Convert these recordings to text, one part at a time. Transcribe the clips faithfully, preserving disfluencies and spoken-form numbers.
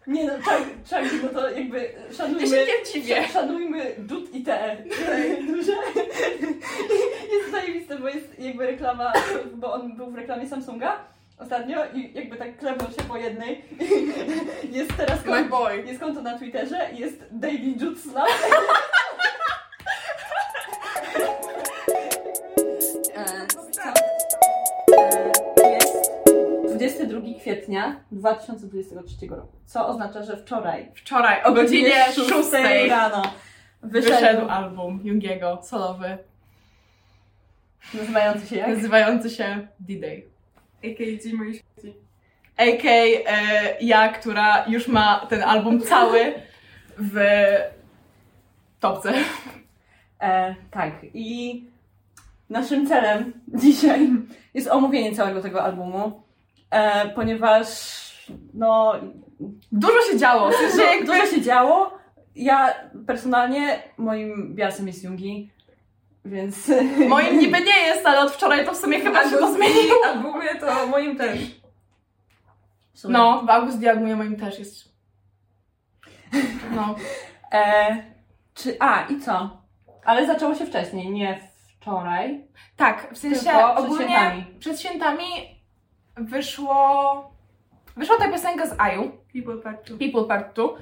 Nie no, Chunky, no to jakby szanujmy... Ja się nie dziwię. Szanujmy Dud i T. Jest zajebiste, bo jest jakby reklama, bo on był w reklamie Samsunga ostatnio i jakby tak klepnął się po jednej. Jest teraz konto, My boy. jest konto na Twitterze i jest Daily Jude Slam. dwudziestego drugiego kwietnia dwa tysiące dwudziestego trzeciego roku, co oznacza, że wczoraj Wczoraj o godzinie szóstej rano wyszedł, wyszedł album Jungiego, solowy, nazywający się jak? nazywający się D-Day. A K A G moi świeci. A K e, ja, która już ma ten album cały w topce. E, tak, i naszym celem dzisiaj jest omówienie całego tego albumu, e, ponieważ no... Dużo się działo, w sensie jakby... Dużo się działo. Ja personalnie, moim biasem jest Jungi, więc... Moim niby nie jest, ale od wczoraj to w sumie chyba się to zmieniło. Albumie to moim też. No, w August Diagmuję moim też jest. No. E, czy, a, i co? Ale zaczęło się wcześniej, nie wczoraj. Tak, w sensie Tylko przed ogólnie świętami. przed świętami wyszło... Wyszła ta piosenka z Aju. People Part two. People Part two.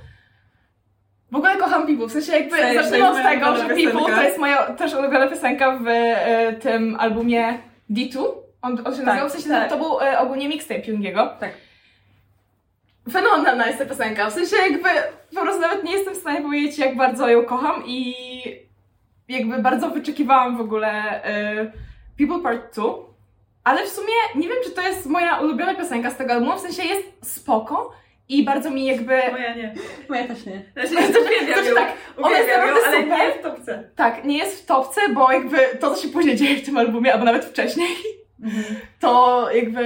W ogóle kocham People, w sensie jakby Cześć, zacznijmy od to jest tego, moja że ulubiona People piosenka. to jest moja też ulubiona piosenka w e, tym albumie D dwa. On, on się Tak, nazywał, w sensie tak. to był e, ogólnie mixtape Jungiego. Tak. Fenomenalna jest ta piosenka, w sensie jakby po prostu nawet nie jestem w stanie powiedzieć, jak bardzo ją kocham i jakby bardzo wyczekiwałam w ogóle e, People Part two, ale w sumie nie wiem, czy to jest moja ulubiona piosenka z tego albumu, w sensie jest spoko i bardzo mi jakby... Moja nie. Moja też nie. Znaczy, ja też uwielbiam Znaczy ją, tak, ona jest uwielbiam ją, naprawdę ale super. nie w topce. Tak, nie jest w topce, bo jakby to, co się później dzieje w tym albumie, albo nawet wcześniej, Mhm. to jakby...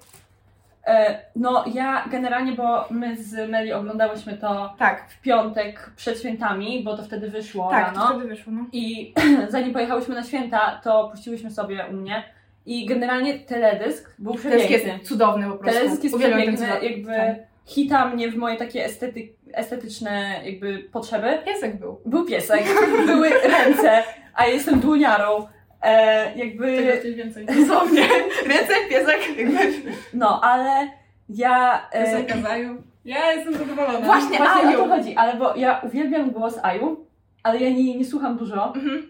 E, no ja generalnie, bo my z Meli oglądałyśmy to Tak, w piątek przed świętami, bo to wtedy wyszło tak, rano. to wtedy wyszło, no. I zanim pojechałyśmy na święta, to puściłyśmy sobie u mnie. I generalnie teledysk był Teledysk przepiękny. jest cudowny po prostu. Teledysk jest Uwielbiam ten przepiękny, cudo- jakby tak. hita mnie w moje takie estety, estetyczne jakby potrzeby. Piesek był. Był piesek, były ręce, a ja jestem dłoniarą. E, jakby... Tego coś więcej. Dosłownie. Ręce, piesek, jakby... No, ale ja... E, Piosenka z Aju. Ja jestem zadowolona. Właśnie, Właśnie Aju. o to chodzi, ale bo ja uwielbiam głos Aju, ale ja nie, nie słucham dużo, Mhm.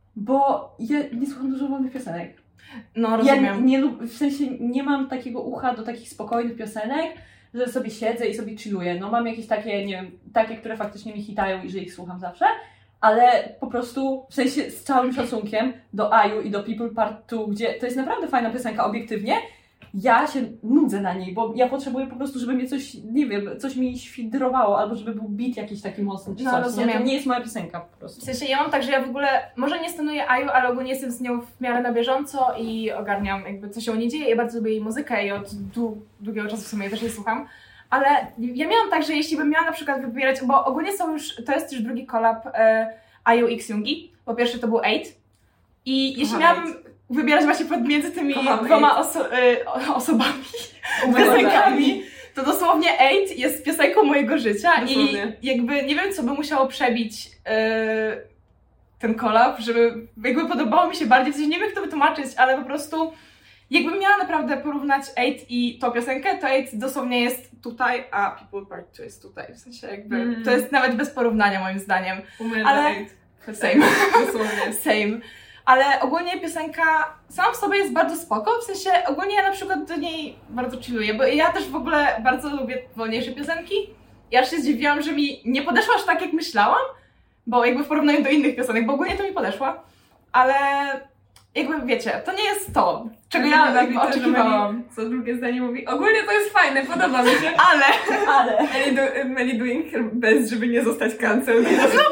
bo ja nie słucham dużo wolnych piosenek. No, Ja rozumiem. nie lub, w sensie nie mam takiego ucha do takich spokojnych piosenek, że sobie siedzę i sobie chilluję. No mam jakieś takie, nie wiem, takie, które faktycznie mi hitają i że ich słucham zawsze, ale po prostu w sensie z całym szacunkiem do Aju i do People Part two, gdzie to jest naprawdę fajna piosenka obiektywnie, ja się nudzę na niej, bo ja potrzebuję po prostu, żeby mnie coś, nie wiem, coś mi świdrowało, albo żeby był beat jakiś taki mocny, czy No, coś. Nie? rozumiem. To nie jest moja piosenka po prostu. W sensie ja mam tak, że ja w ogóle może nie stanuję Aju, ale ogólnie jestem z nią w miarę na bieżąco i ogarniam jakby co się u niej dzieje. Ja bardzo lubię jej muzykę i od dłu- długiego czasu w sumie też jej słucham. Ale ja miałam tak, że jeśli bym miała na przykład wybierać, bo ogólnie są już, to jest już drugi collab e, Aju x Jungi. Po pierwsze to był Eight. I jeśli Kocham miałabym wybierać właśnie pomiędzy tymi Kocham dwoma oso- e, o- osobami, piosenkami, to dosłownie Eight jest piosenką mojego życia Dosłownie. i jakby nie wiem, co by musiało przebić e, ten collab, żeby jakby podobało mi się bardziej, w sensie nie wiem, jak to wytłumaczyć, ale po prostu jakbym miała naprawdę porównać Eight i tą piosenkę, to Eight dosłownie jest tutaj, a People Part two jest tutaj, w sensie jakby Mm. to jest nawet bez porównania moim zdaniem. Umiem Ale- na Eight. Same. Dosłownie. Same. Ale ogólnie piosenka sama w sobie jest bardzo spoko, w sensie ogólnie ja na przykład do niej bardzo chilluję, bo ja też w ogóle bardzo lubię wolniejsze piosenki. Ja aż się zdziwiłam, że mi nie podeszła aż tak, jak myślałam, bo jakby w porównaniu do innych piosenek, bo ogólnie to mi podeszła, ale jakby wiecie, to nie jest to, czego ja jakby oczekiwałam. Co drugie zdanie mówi, ogólnie to jest fajne, podoba mi się. Ale Ale... Meli, do, Meli doing her best, żeby nie zostać cancelled.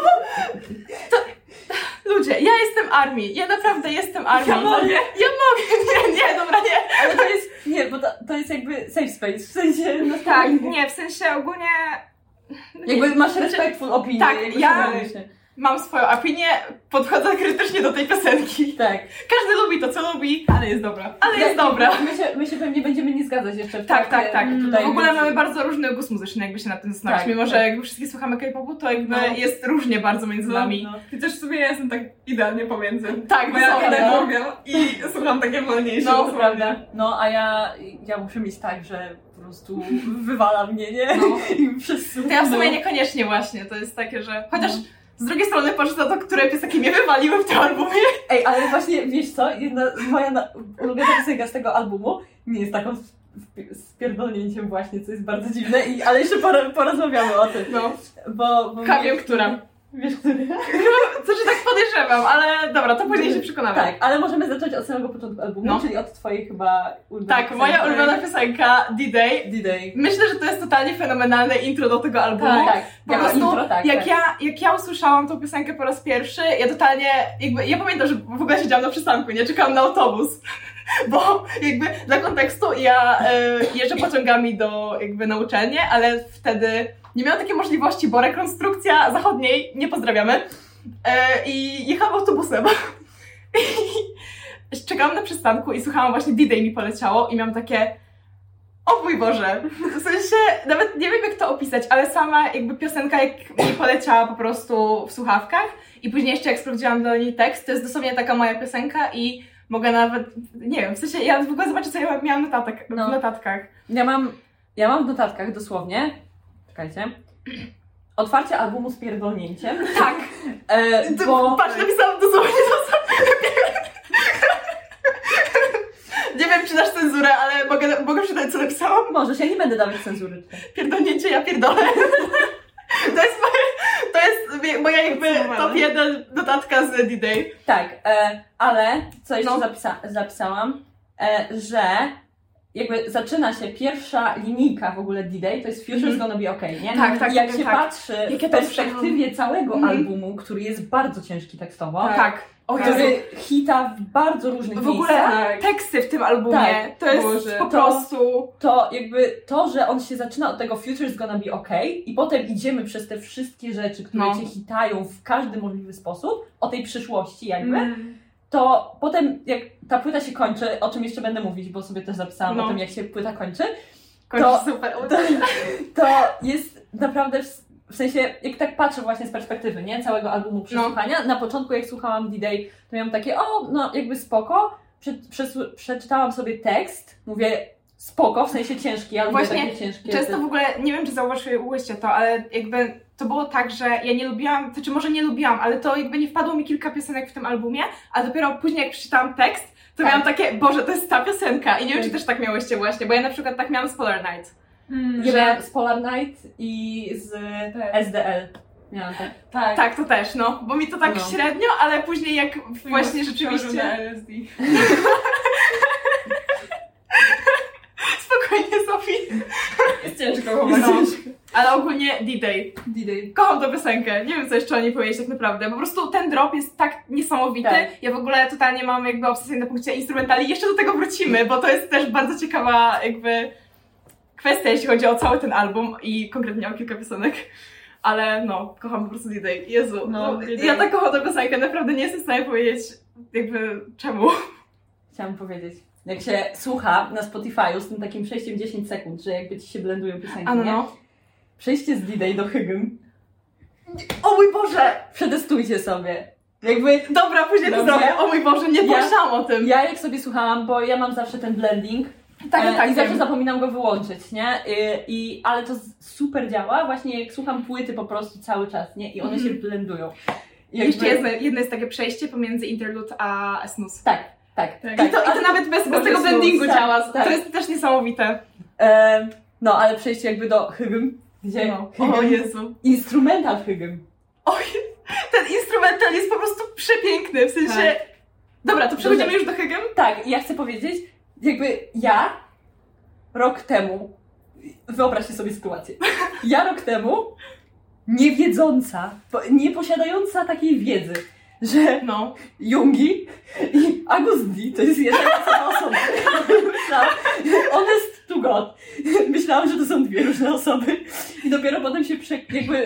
ludzie, ja jestem Army, ja naprawdę jestem Army. Ja mogę. Ja mogę, nie, nie, dobra, nie. Ale to jest, nie, bo to, to jest jakby safe space, w sensie... No, Tak, nie, w sensie ogólnie... Jakby masz respectful opinię. Tak, jakby ja- szanujesz się. mam swoją opinię, podchodzę krytycznie do tej piosenki. Tak. Każdy lubi to, co lubi, ale jest dobra. Ale Ja- jest dobra. My się, my się pewnie będziemy nie zgadzać jeszcze w Tak, trakcie tak, tak. Tutaj, W ogóle więc- mamy bardzo różny gust muzyczny, jakby się nad tym zastanawiać. Tak, Mimo, że tak. jakby wszystkie słuchamy K-popu, to jakby No. jest różnie bardzo między No, nami. no. Chociaż w sumie ja jestem tak idealnie pomiędzy. Tak, Bo ja dosłownie. idę no. drogę i słucham takie wolniejsze. No, To dosłownie. prawda. No, a ja, ja muszę mieć tak, że po prostu wywala mnie, nie? No. I wszyscy... To ja w sumie no. niekoniecznie właśnie, to jest takie, że... Chociaż No. z drugiej strony patrzę na to, które piosenki mnie wywaliły w tym albumie. Ej, ale właśnie, wiesz co? Jedna moja na- ulubiona piosenka z tego albumu nie jest taką sp- spierdolnięciem właśnie, co jest bardzo dziwne, i, ale jeszcze pora, porozmawiamy o tym. No. Bo, bo Wiem, mnie- która. Wiesz, który? Co, że tak podejrzewam, ale dobra, to później się przekonamy. Tak, ale możemy zacząć od samego początku albumu, No. czyli od twojej chyba ulubionej Tak, moja piosenki. ulubiona piosenka D-Day. D-Day. Myślę, że to jest totalnie fenomenalne intro do tego albumu. Tak, tak. Po Jako prostu, intro, tak, jak, tak. Ja, jak ja usłyszałam tą piosenkę po raz pierwszy, ja totalnie, jakby, ja pamiętam, że w ogóle siedziałam na przystanku, nie czekałam na autobus, bo jakby dla kontekstu ja e, jeżdżę pociągami do jakby na uczelnię, ale wtedy nie miałam takiej możliwości, bo rekonstrukcja zachodniej, nie pozdrawiamy, e, i jechałam autobusem. I czekałam na przystanku i słuchałam właśnie D-Day mi poleciało i miałam takie, o mój Boże, w sensie nawet nie wiem jak to opisać, ale sama jakby piosenka jak mi poleciała po prostu w słuchawkach i później jeszcze jak sprawdziłam do niej tekst, to jest dosłownie taka moja piosenka i mogę nawet, nie wiem, w sensie ja w ogóle zobaczę co ja miałam notatek, No. w notatkach. Ja mam, ja mam w notatkach dosłownie, czekajcie, otwarcie albumu z pierdolnięciem. Tak, E, bo... bo... patrz, napisałam dosłownie to samo. Nie wiem czy dasz cenzurę, ale mogę, mogę przeczytać co napisałam. Możesz, ja nie będę dawać cenzury. Pierdolnięcie, ja pierdolę. To jest moje, to jest moja jakby top jeden notatka z D-Day. Tak, e, ale co jeszcze No. zapisa zapisałam, e, że jakby zaczyna się pierwsza linijka w ogóle D-Day, to jest Future's Mhm. Gonna Be Okay, nie? Tak, tak, I jak tak, się tak. patrzy Jak ja w to perspektywie całego Mhm. albumu, który jest bardzo ciężki tekstowo, Tak. O Jezu. który hita w bardzo różnych W ogóle miejscach, Tak. teksty w tym albumie, Tak, to jest Boże. po To- prostu... to jakby to, że on się zaczyna od tego Future's Gonna Be Okay i potem idziemy przez te wszystkie rzeczy, które No. cię hitają w każdy możliwy sposób, o tej przyszłości jakby, Mm. to potem jak ta płyta się kończy, o czym jeszcze będę mówić, bo sobie też zapisałam No. o tym, jak się płyta kończy, Kończy To- super. to, to jest naprawdę w, w sensie, jak tak patrzę właśnie z perspektywy, nie? Całego albumu przesłuchania. Na początku jak słuchałam D-Day, to miałam takie, o, no jakby spoko. Prze, przesł- przeczytałam sobie tekst, mówię spoko, w sensie ciężki, ale lubię Właśnie takie ciężkie. Często w ogóle, nie wiem czy zauważyłyście to, ale jakby to było tak, że ja nie lubiłam, to czy może nie lubiłam, ale to jakby nie wpadło mi kilka piosenek w tym albumie, a dopiero później jak przeczytałam tekst, to Tak. miałam takie, Boże, to jest ta piosenka. I nie wiem, czy Tak. też tak miałyście właśnie, bo ja na przykład tak miałam z Polar Night. Mm. Ja że- miałam z Polar Night i z S D L. Miałam tak. Tak. Tak, to też, no. Bo mi to tak No. średnio, ale później jak właśnie rzeczywiście... Na L S D. Spokojnie, Sofii. Jest ciężko chłopak. No. Ale ogólnie D-Day. D-Day. Kocham tę piosenkę. Nie wiem, co jeszcze o niej powiedzieć tak naprawdę. Po prostu ten drop jest tak niesamowity. Tak. Ja w ogóle totalnie mam jakby obsesję na punkcie instrumentali. Jeszcze do tego wrócimy, bo to jest też bardzo ciekawa jakby kwestia, jeśli chodzi o cały ten album i konkretnie o kilka piosenek. Ale no, kocham po prostu D-Day. Jezu, No, no, D-Day. ja tak kocham tę piosenkę. Naprawdę nie jestem w stanie powiedzieć jakby czemu. Chciałam powiedzieć. Jak się słucha na Spotify'u z tym takim przejściem dziesięć sekund, że jakby ci się blendują piosenki, A no, nie? no. Przejście z D-Day do Hygym. O mój Boże! Przetestujcie sobie. Jakby Dobra, później to Dobrze. zrobię. O mój Boże, nie Ja- pomyślałam o tym. ja jak sobie słuchałam, bo ja mam zawsze ten blending Tak, e, tak, i zawsze wiem. zapominam go wyłączyć, nie? I, i, ale to z- super działa właśnie jak słucham płyty po prostu cały czas, nie? I one Mhm. się blendują. I Jeszcze jakby- jedno, jedno jest takie przejście pomiędzy interlude a snooze. Tak, tak. Tak. tak. I to, i to nawet bez, bez Boże, tego blendingu snooze, działa. tak, tak. To jest też niesamowite. E, no, ale przejście jakby do Hygym, gdzie No. Hygym, O Jezu. instrumental Hygym. Oj, ten instrumental jest po prostu przepiękny, w sensie... Dobra, to przechodzimy Dobrze. już do Hygiem? Tak, i ja chcę powiedzieć, jakby ja rok temu, wyobraźcie sobie sytuację, ja rok temu, nie wiedząca, po- nie posiadająca takiej wiedzy, że No. Jungi i August D to jest jedna i sama osoba. Myślałam, honest to God, myślałam, że to są dwie różne osoby i dopiero potem się prze, jakby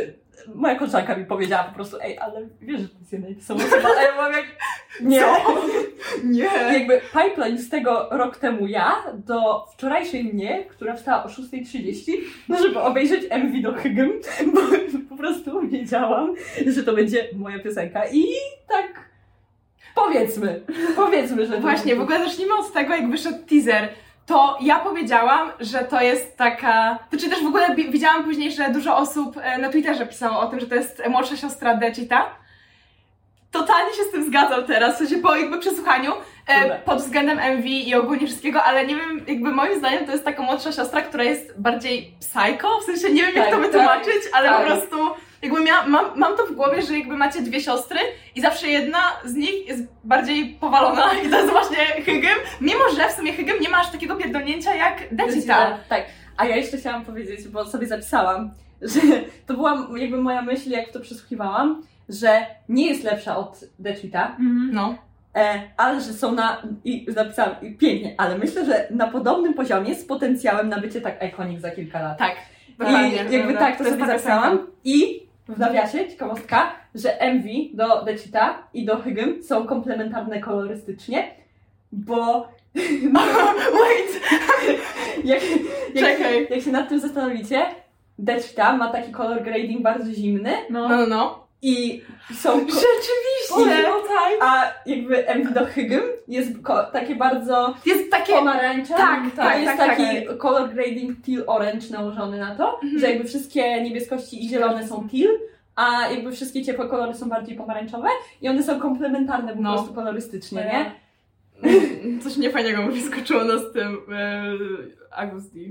moja koleżanka mi powiedziała po prostu, ej, ale wiesz, że to jest jedna i ta sama osoba, a ja mam jak... Nie. Nie. Jakby pipeline z tego rok temu ja do wczorajszej mnie, która wstała o szósta trzydzieści, no żeby obejrzeć M V do Hygem, bo po prostu wiedziałam, że to będzie moja piosenka i tak powiedzmy, powiedzmy, że to Właśnie, będzie. w ogóle zacznijmy od tego, jak wyszedł teaser. To ja powiedziałam, że to jest taka... Znaczy też w ogóle bi- widziałam później, że dużo osób e, na Twitterze pisało o tym, że to jest młodsza siostra Dechita. Totalnie się z tym zgadzam teraz, w sensie po jakby przesłuchaniu, e, pod względem M V i ogólnie wszystkiego, ale nie wiem, jakby moim zdaniem to jest taka młodsza siostra, która jest bardziej psycho, w sensie nie wiem jak Tak, to wytłumaczyć, ale tak. po prostu jakby mia- mam, mam to w głowie, że jakby macie dwie siostry i zawsze jedna z nich jest bardziej powalona i to jest właśnie Hygem, mimo że w sumie Hygem nie ma aż takiego pierdolnięcia jak Dechita. Tak, a ja jeszcze chciałam powiedzieć, bo sobie zapisałam, że to była jakby moja myśl, jak w to przysłuchiwałam, że nie jest lepsza od Dechita, No. e, ale że są na, i napisałam, i pięknie, ale myślę, że na podobnym poziomie z potencjałem na bycie tak iconic za kilka lat. Tak. I Dokładnie, jakby prawda. tak to, jest sobie ta zapisałam. piosenka. I w nawiasie, ciekawostka, że M V do Dechita i do Hygem są komplementarne kolorystycznie, bo Wait! jak, jak, Czekaj. jak się nad tym zastanowicie, Dechita ma taki color grading bardzo zimny No, no, no. i są... ko- Rzeczywiście! no tak. A jakby M V do Hygem jest ko- takie bardzo Jest takie... pomarańcze. Tak, to tak, jest tak, taki color grading teal orange nałożony na to, Mhm. że jakby wszystkie niebieskości i zielone są teal, a jakby wszystkie ciepłe kolory są bardziej pomarańczowe i one są komplementarne po No. prostu kolorystycznie, nie? Coś niefajnego mi wyskoczyło na z tym e, August D.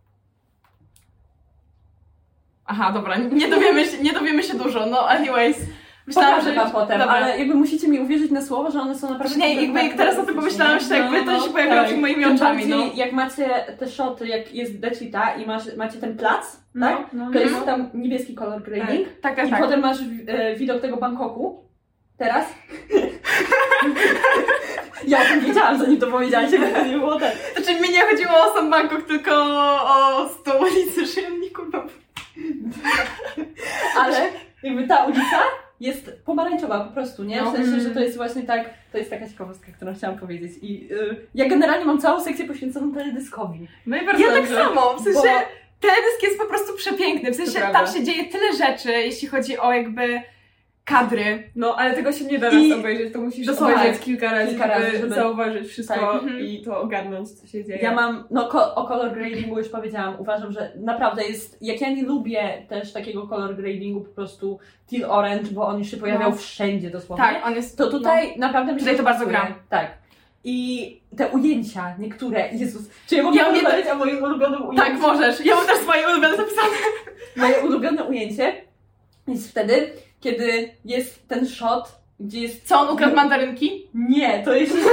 Aha, dobra, nie dowiemy się, nie dowiemy się dużo, no anyways. Myślałam, Pokażę wam potem, dobra. ale jakby musicie mi uwierzyć na słowo, że one są naprawdę... Nie, jakby jak teraz o tym pomyślałam, że jakby to się pojawiło tak. przed moimi Tym oczami, bardziej, no. jak macie te shoty, jak jest Dechita i masz, macie ten plac, No, tak? no, To no. jest tam niebieski kolor grading. Tak, tak, I tak. potem masz e, widok tego Bangkoku. Teraz. Ja o tym wiedziałam, zanim to powiedziałaś, jakby to nie było tak. Znaczy mi nie chodziło o sam Bangkok, tylko o sto ulicy Szyjemników. No. Ale jakby ta ulica jest pomarańczowa po prostu, nie? W No. sensie, że to jest właśnie tak, to jest taka ciekawostka, którą chciałam powiedzieć. I y, ja generalnie mam całą sekcję poświęconą teledyskowi. No i bardzo Ja tak dobrze. samo, w sensie Bo- teledysk jest po prostu przepiękny, w sensie To tam prawda. się dzieje tyle rzeczy, jeśli chodzi o jakby kadry. No, ale tego się nie da raz I- obejrzeć, to musisz Dosłownie. obejrzeć kilka razy, Kilka żeby, razy, żeby- zauważyć wszystko Tak. Mhm. i to ogarnąć, co się dzieje. Ja mam, no ko- o color gradingu już powiedziałam, uważam, że naprawdę jest, jak ja nie lubię też takiego color gradingu po prostu teal orange, bo on już się pojawiał No. wszędzie dosłownie. Tak, on jest... To tutaj naprawdę mi się Tutaj to bardzo pasuje. gra. Tak. I te ujęcia, niektóre, Jezus, czy ja mogę Ja nie- powiedzieć o moim ulubionym ujęciu? Tak, możesz. Ja mam też swoje ulubione zapisane. Moje ulubione ujęcie jest wtedy, kiedy jest ten shot, gdzie jest... Co, on ukradł mandarynki? Nie, to jest...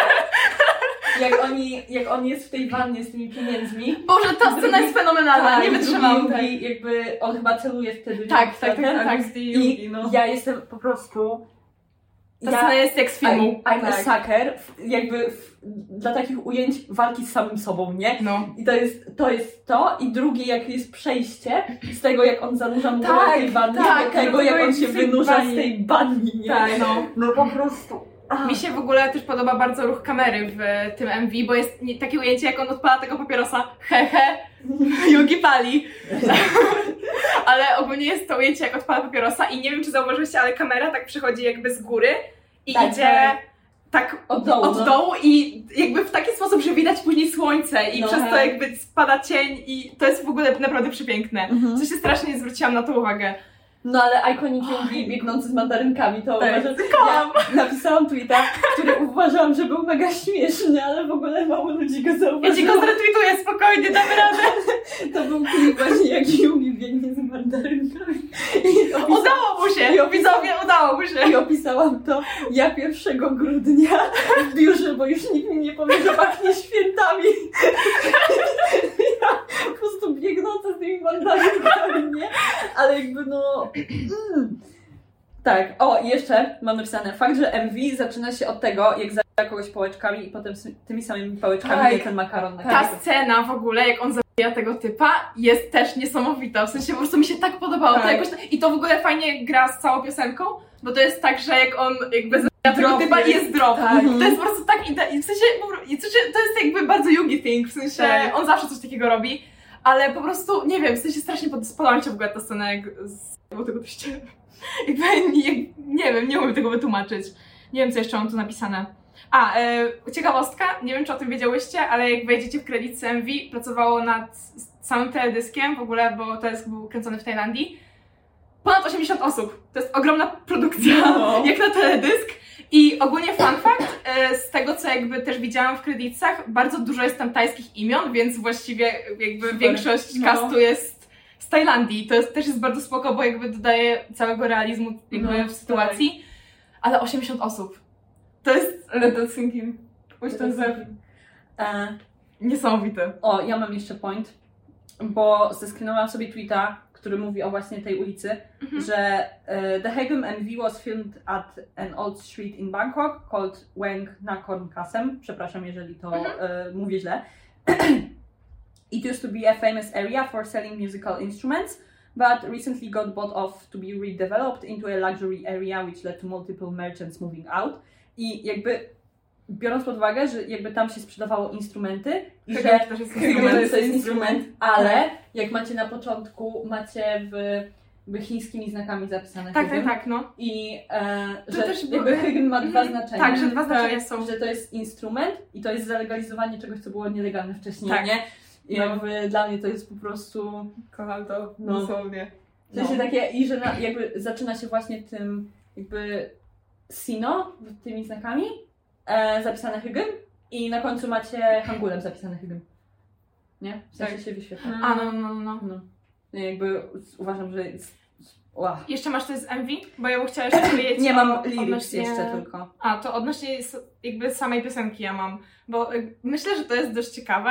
jak, oni, jak on jest w tej wannie z tymi pieniędzmi. Boże, ta scena jest fenomenalna, Tak, nie wytrzymam. drugi Yugi, jakby on chyba celuje wtedy. Tak, tak, tak, tak. August D. I Yugi, no. ja jestem po prostu... Ta scena jest jak z filmu. I'm, I'm a Tak. sucker, w- jakby w, dla takich ujęć walki z samym sobą, nie? No. I to jest, to jest to. I drugie, jak jest przejście z tego, jak on zanurza mu Tak, w tej wannie, tak, do tego, do jak tego, on jak się w tej wynurza bani. z tej bani, nie? Tak, No. No po prostu. A. Mi się w ogóle też podoba bardzo ruch kamery w tym M V, bo jest nie- takie ujęcie, jak on odpala tego papierosa. Hehe, Yugi pali. Ale ogólnie jest to ujęcie, jak odpala papierosa i nie wiem, czy zauważyliście, ale kamera tak przychodzi jakby z góry i Tak, idzie tak. tak Od dołu, od no. dołu i jakby w taki sposób, że widać później słońce i No. przez to jakby spada cień i to jest w ogóle naprawdę przepiękne. Mhm. Co się strasznie zwróciłam na to uwagę. No ale Iconic Yugi biegnący z mandarynkami, to Tak. uważam, Kocham. ja napisałam tweeta, który uważałam, że był mega śmieszny, ale w ogóle mało ludzi go Ja ci go zauważyło. zretweetuję, spokojnie, damy radę. To był klip właśnie, jak Yugi biegnie z mandarynkami. I opisa- Udało mu się, I opisa- widzowie, udało mu się. I opisałam to, ja pierwszego grudnia w biurze, bo już nikt mi nie powie, że pachnie świętami. Ja po prostu biegnąca z tymi mandarynkami, nie? Ale jakby no... Mm. Tak, o i jeszcze mam napisane, fakt, że M V zaczyna się od tego, jak zabija kogoś pałeczkami i potem z tymi samymi pałeczkami Tak. je ten makaron na Ta końcu. scena w ogóle, jak on Ja tego typa jest też niesamowita, w sensie po prostu mi się tak podobało. Tak. To jakoś, i to w ogóle fajnie gra z całą piosenką, bo to jest tak, że jak on jakby zabija tego Drop typa i jest. jest drop. Tak. To jest po prostu tak, i w sensie, po pro- i w sensie to jest jakby bardzo Yugi thing, w sensie Tak. on zawsze coś takiego robi, ale po prostu, nie wiem, w sensie strasznie pod- spodobała mi się w ogóle ta scena, jak z bo tego teście. Jakby, nie, nie wiem, nie umiem tego wytłumaczyć. Nie wiem, co jeszcze mam tu napisane. A, e, ciekawostka, nie wiem, czy o tym wiedziałyście, ale jak wejdziecie w kredyt M V, pracowało nad samym teledyskiem w ogóle, bo teledysk był kręcony w Tajlandii. Ponad osiemdziesiąt osób. To jest ogromna produkcja, No. jak na teledysk. I ogólnie fun fact, e, z tego co jakby też widziałam w kredytach, bardzo dużo jest tam tajskich imion, więc właściwie jakby Super. większość No. castu jest z Tajlandii. To jest, też jest bardzo spoko, bo jakby dodaje całego realizmu jakby No, w sytuacji. Ale osiemdziesiąt osób. To jest Let that sink in. Puść ten zew. E, niesamowite. o, ja mam jeszcze point, bo zeskrynowałam sobie tweeta, który mówi o właśnie tej ulicy, Mhm. że e, The Hagem M V was filmed at an old street in Bangkok called Wang Nakhon Kasem. Przepraszam, jeżeli to Mhm. e, mówię źle. It used to be a famous area for selling musical instruments, but recently got bought off to be redeveloped into a luxury area, which led to multiple merchants moving out. I jakby biorąc pod uwagę, że jakby tam się sprzedawało instrumenty i że To też jest Hagem instrument. to jest instrument, ale jak macie na początku, macie w jakby chińskimi znakami zapisane Tak, tak, Hagem. tak, no. I e, To że też jakby były- Hagem ma dwa Mhm. znaczenia. Tak, że dwa znaczenia są. Że to jest instrument i to jest zalegalizowanie czegoś, co było nielegalne wcześniej, Tak. nie? I No. jakby dla mnie to jest po prostu Kocham to, No. dosłownie. w sensie No. takie, i że na, jakby zaczyna się właśnie tym jakby Sino, tymi znakami e, zapisane Hagem i na końcu macie Hangulem zapisane Hagem. Nie? W sensie Tak. się wyświetla. A, no, no, no. No. I jakby uważam, że jest... Wow. Jeszcze masz coś z M V? Bo ja bym chciała jeszcze powiedzieć Nie o- mam lyrics odnośnie- jeszcze tylko. A, to odnośnie s- jakby samej piosenki ja mam, bo y, myślę, że to jest dość ciekawe,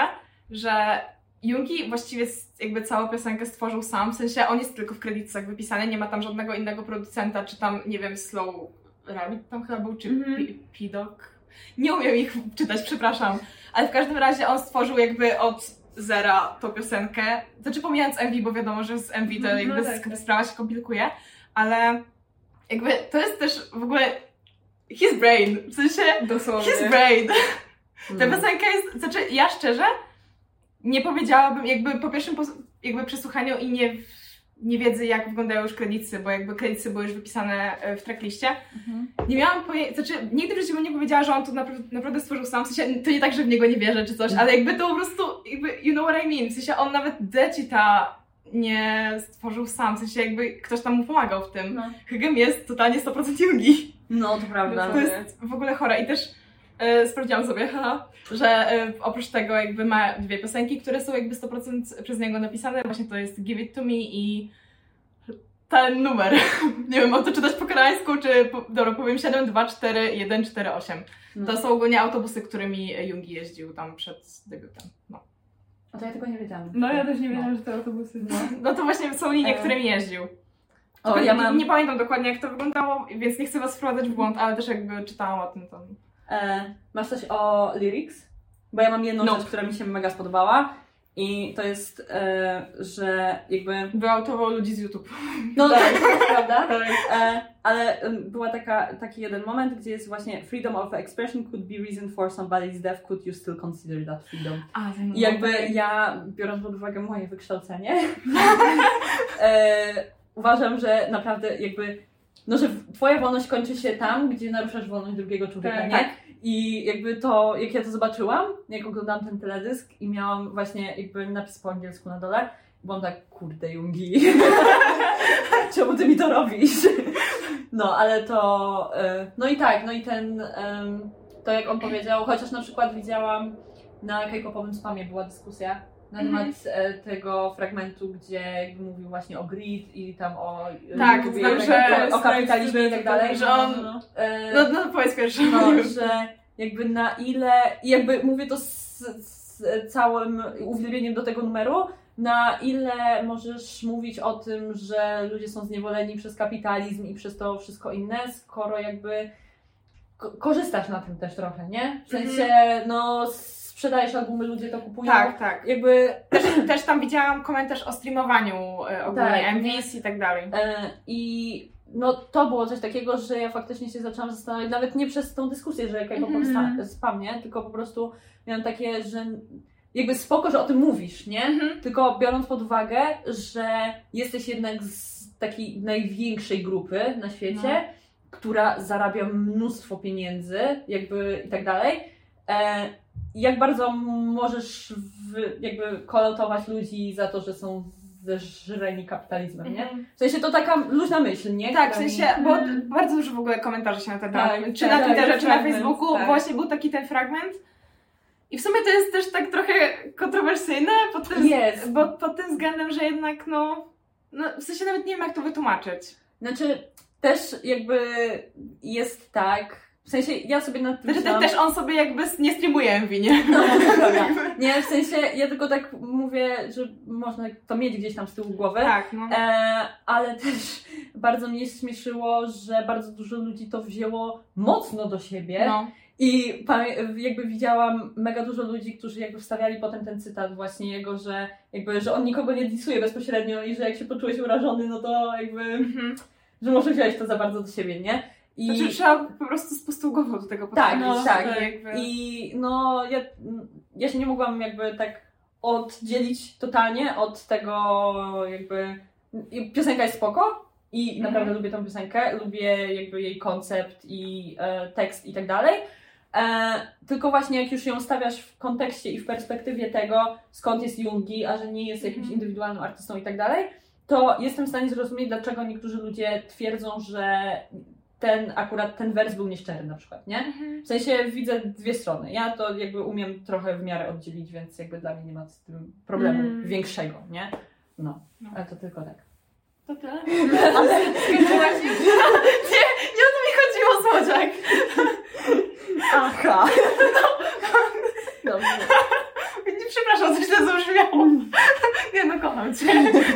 że Yoongi właściwie s- jakby całą piosenkę stworzył sam, w sensie on jest tylko w kredytach wypisany, nie ma tam żadnego innego producenta, czy tam, nie wiem, Slow Rabbit tam chyba był, czy Mhm. P- P-Dog. Nie umiem ich czytać, przepraszam, ale w każdym razie on stworzył jakby od zera tą piosenkę, znaczy pomijając M V, bo wiadomo, że z M V to No jakby tak, tak. sprawa się komplikuje, ale jakby to jest też w ogóle his brain, w sensie Dosłownie. his brain. Ta Mm. piosenka jest, znaczy ja szczerze nie powiedziałabym jakby po pierwszym pos- jakby przesłuchaniu i nie, nie wiedzy jak wyglądają już kredyty, bo jakby kredyty były już wypisane e, w trackliście. Mhm. Nie miałam pojęcia, znaczy nigdy w życiu bym nie powiedziała, że on to naprawdę, naprawdę stworzył sam, w sensie to nie tak, że w niego nie wierzę czy coś, ale jakby to po prostu, jakby you know what I mean, w sensie on nawet Decita nie stworzył sam, w sensie jakby ktoś tam mu pomagał w tym. No. Hygem jest totalnie sto procent Yoongi. No, to prawda. To jest w ogóle chore i też e, sprawdziłam sobie, haha, że e, oprócz tego jakby ma dwie piosenki, które są jakby sto procent przez niego napisane, właśnie to jest Give It To Me i ten numer. Nie wiem, mam to czytać po koreańsku, czy po, dobra, powiem siedem, dwa, cztery, jeden, cztery, osiem. No. To są ogólnie autobusy, którymi Yoongi jeździł tam przed debiutem. No, O, to ja tego nie wiedziałam. No ja też nie wiedziałam, że te autobusy. No. no to właśnie są linie, E. którymi jeździł. O, Tylko ja nie, mam... nie pamiętam dokładnie jak to wyglądało, więc nie chcę was wprowadzać w błąd, ale też jakby czytałam o tym, to... E, masz coś o lyrics? Bo ja mam jedną No. rzecz, która mi się mega spodobała i to jest, e, że jakby... Wyautował ludzi z YouTube. No tak, prawda? Tak. E, ale em, była taka, taki jeden moment, gdzie jest właśnie freedom of expression could be reason for somebody's death, could you still consider that freedom? A, ten I jakby ja, biorąc pod uwagę moje wykształcenie, e, uważam, że naprawdę jakby, no że twoja wolność kończy się tam, gdzie naruszasz wolność drugiego człowieka, Tak. nie? I jakby to, jak ja to zobaczyłam, jak oglądałam ten teledysk i miałam właśnie jakby napis po angielsku na dole, byłam tak, kurde Yoongi, czemu ty mi to robisz? No, ale to, e, no i tak, no i ten, em, to jak on powiedział, chociaż na przykład widziałam na K-popowym spamie była dyskusja na temat e, tego fragmentu, gdzie jakby mówił właśnie o greed i tam o, e, Tak, mówił znam, o, że o kapitalizmie i tak dalej. że on- E, No, no powiedz pierwszy. no, że jakby na ile, i jakby mówię to z, z całym uwielbieniem do tego numeru, na ile możesz mówić o tym, że ludzie są zniewoleni przez kapitalizm i przez to wszystko inne, skoro jakby ko- korzystasz na tym też trochę, nie? W sensie, no sprzedajesz albumy, ludzie to kupują. Tak, tak. Jakby... Też, też tam widziałam komentarz o streamowaniu e, ogólnie, Tak, M Vs i tak dalej. E, I no to było coś takiego, że ja faktycznie się zaczęłam zastanawiać, nawet nie przez tą dyskusję, że jaka Mhm. spam, nie? Tylko po prostu miałam takie, że jakby spoko, że o tym mówisz, nie? Mhm. Tylko biorąc pod uwagę, że jesteś jednak z takiej największej grupy na świecie, No. która zarabia mnóstwo pieniędzy, jakby i tak dalej. E, jak bardzo możesz w, jakby kolautować ludzi za to, że są zeżreni kapitalizmem, nie? Mhm. W sensie to taka luźna myśl, nie? Tak, w Która sensie, mi- bo bardzo dużo w ogóle komentarzy się na ten temat, Tak, czy tak, na Twitterze, tak, czy na fragment, Facebooku, tak. właśnie był taki ten fragment. I w sumie to jest też tak trochę kontrowersyjne pod tym, Jest. bo, pod tym względem, że jednak no, no, w sensie nawet nie wiem jak to wytłumaczyć. Znaczy, też jakby jest tak, w sensie ja sobie nad tym Znaczy, te, myślałam- też on sobie jakby nie streamuje M V, nie? No, dobra. Nie, w sensie ja tylko tak mówię, że można to mieć gdzieś tam z tyłu głowy, Tak, no. e, ale też bardzo mnie śmieszyło, że bardzo dużo ludzi to wzięło mocno do siebie. no. I pamię- jakby widziałam mega dużo ludzi, którzy jakby wstawiali potem ten cytat właśnie jego, że jakby, że on nikogo nie disuje bezpośrednio i że jak się poczułeś urażony, no to jakby, Mhm. że może wziąłeś to za bardzo do siebie, nie? I Znaczy trzeba po prostu z pustą głową do tego tak, podchodzić. tak. To jakby... I no ja, ja się nie mogłam jakby tak oddzielić totalnie od tego jakby, piosenka jest spoko i Mhm. naprawdę lubię tą piosenkę, lubię jakby jej koncept i e, tekst i tak dalej. E, tylko właśnie jak już ją stawiasz w kontekście i w perspektywie tego, skąd jest Jungi, a że nie jest jakimś Mhm. indywidualnym artystą i tak dalej, to jestem w stanie zrozumieć, dlaczego niektórzy ludzie twierdzą, że ten akurat ten wers był nieszczery na przykład, nie? Mhm. W sensie widzę dwie strony. Ja to jakby umiem trochę w miarę oddzielić, więc jakby dla mnie nie ma z tym problemu Mm. większego, nie? No, No. ale to tylko tak. To tyle? Skończyłaś już? Nie, nie o to mi chodziło, Słodziak. Aha! Dobrze. Nie, przepraszam, coś źle zabrzmiało. Nie no, kocham Cię.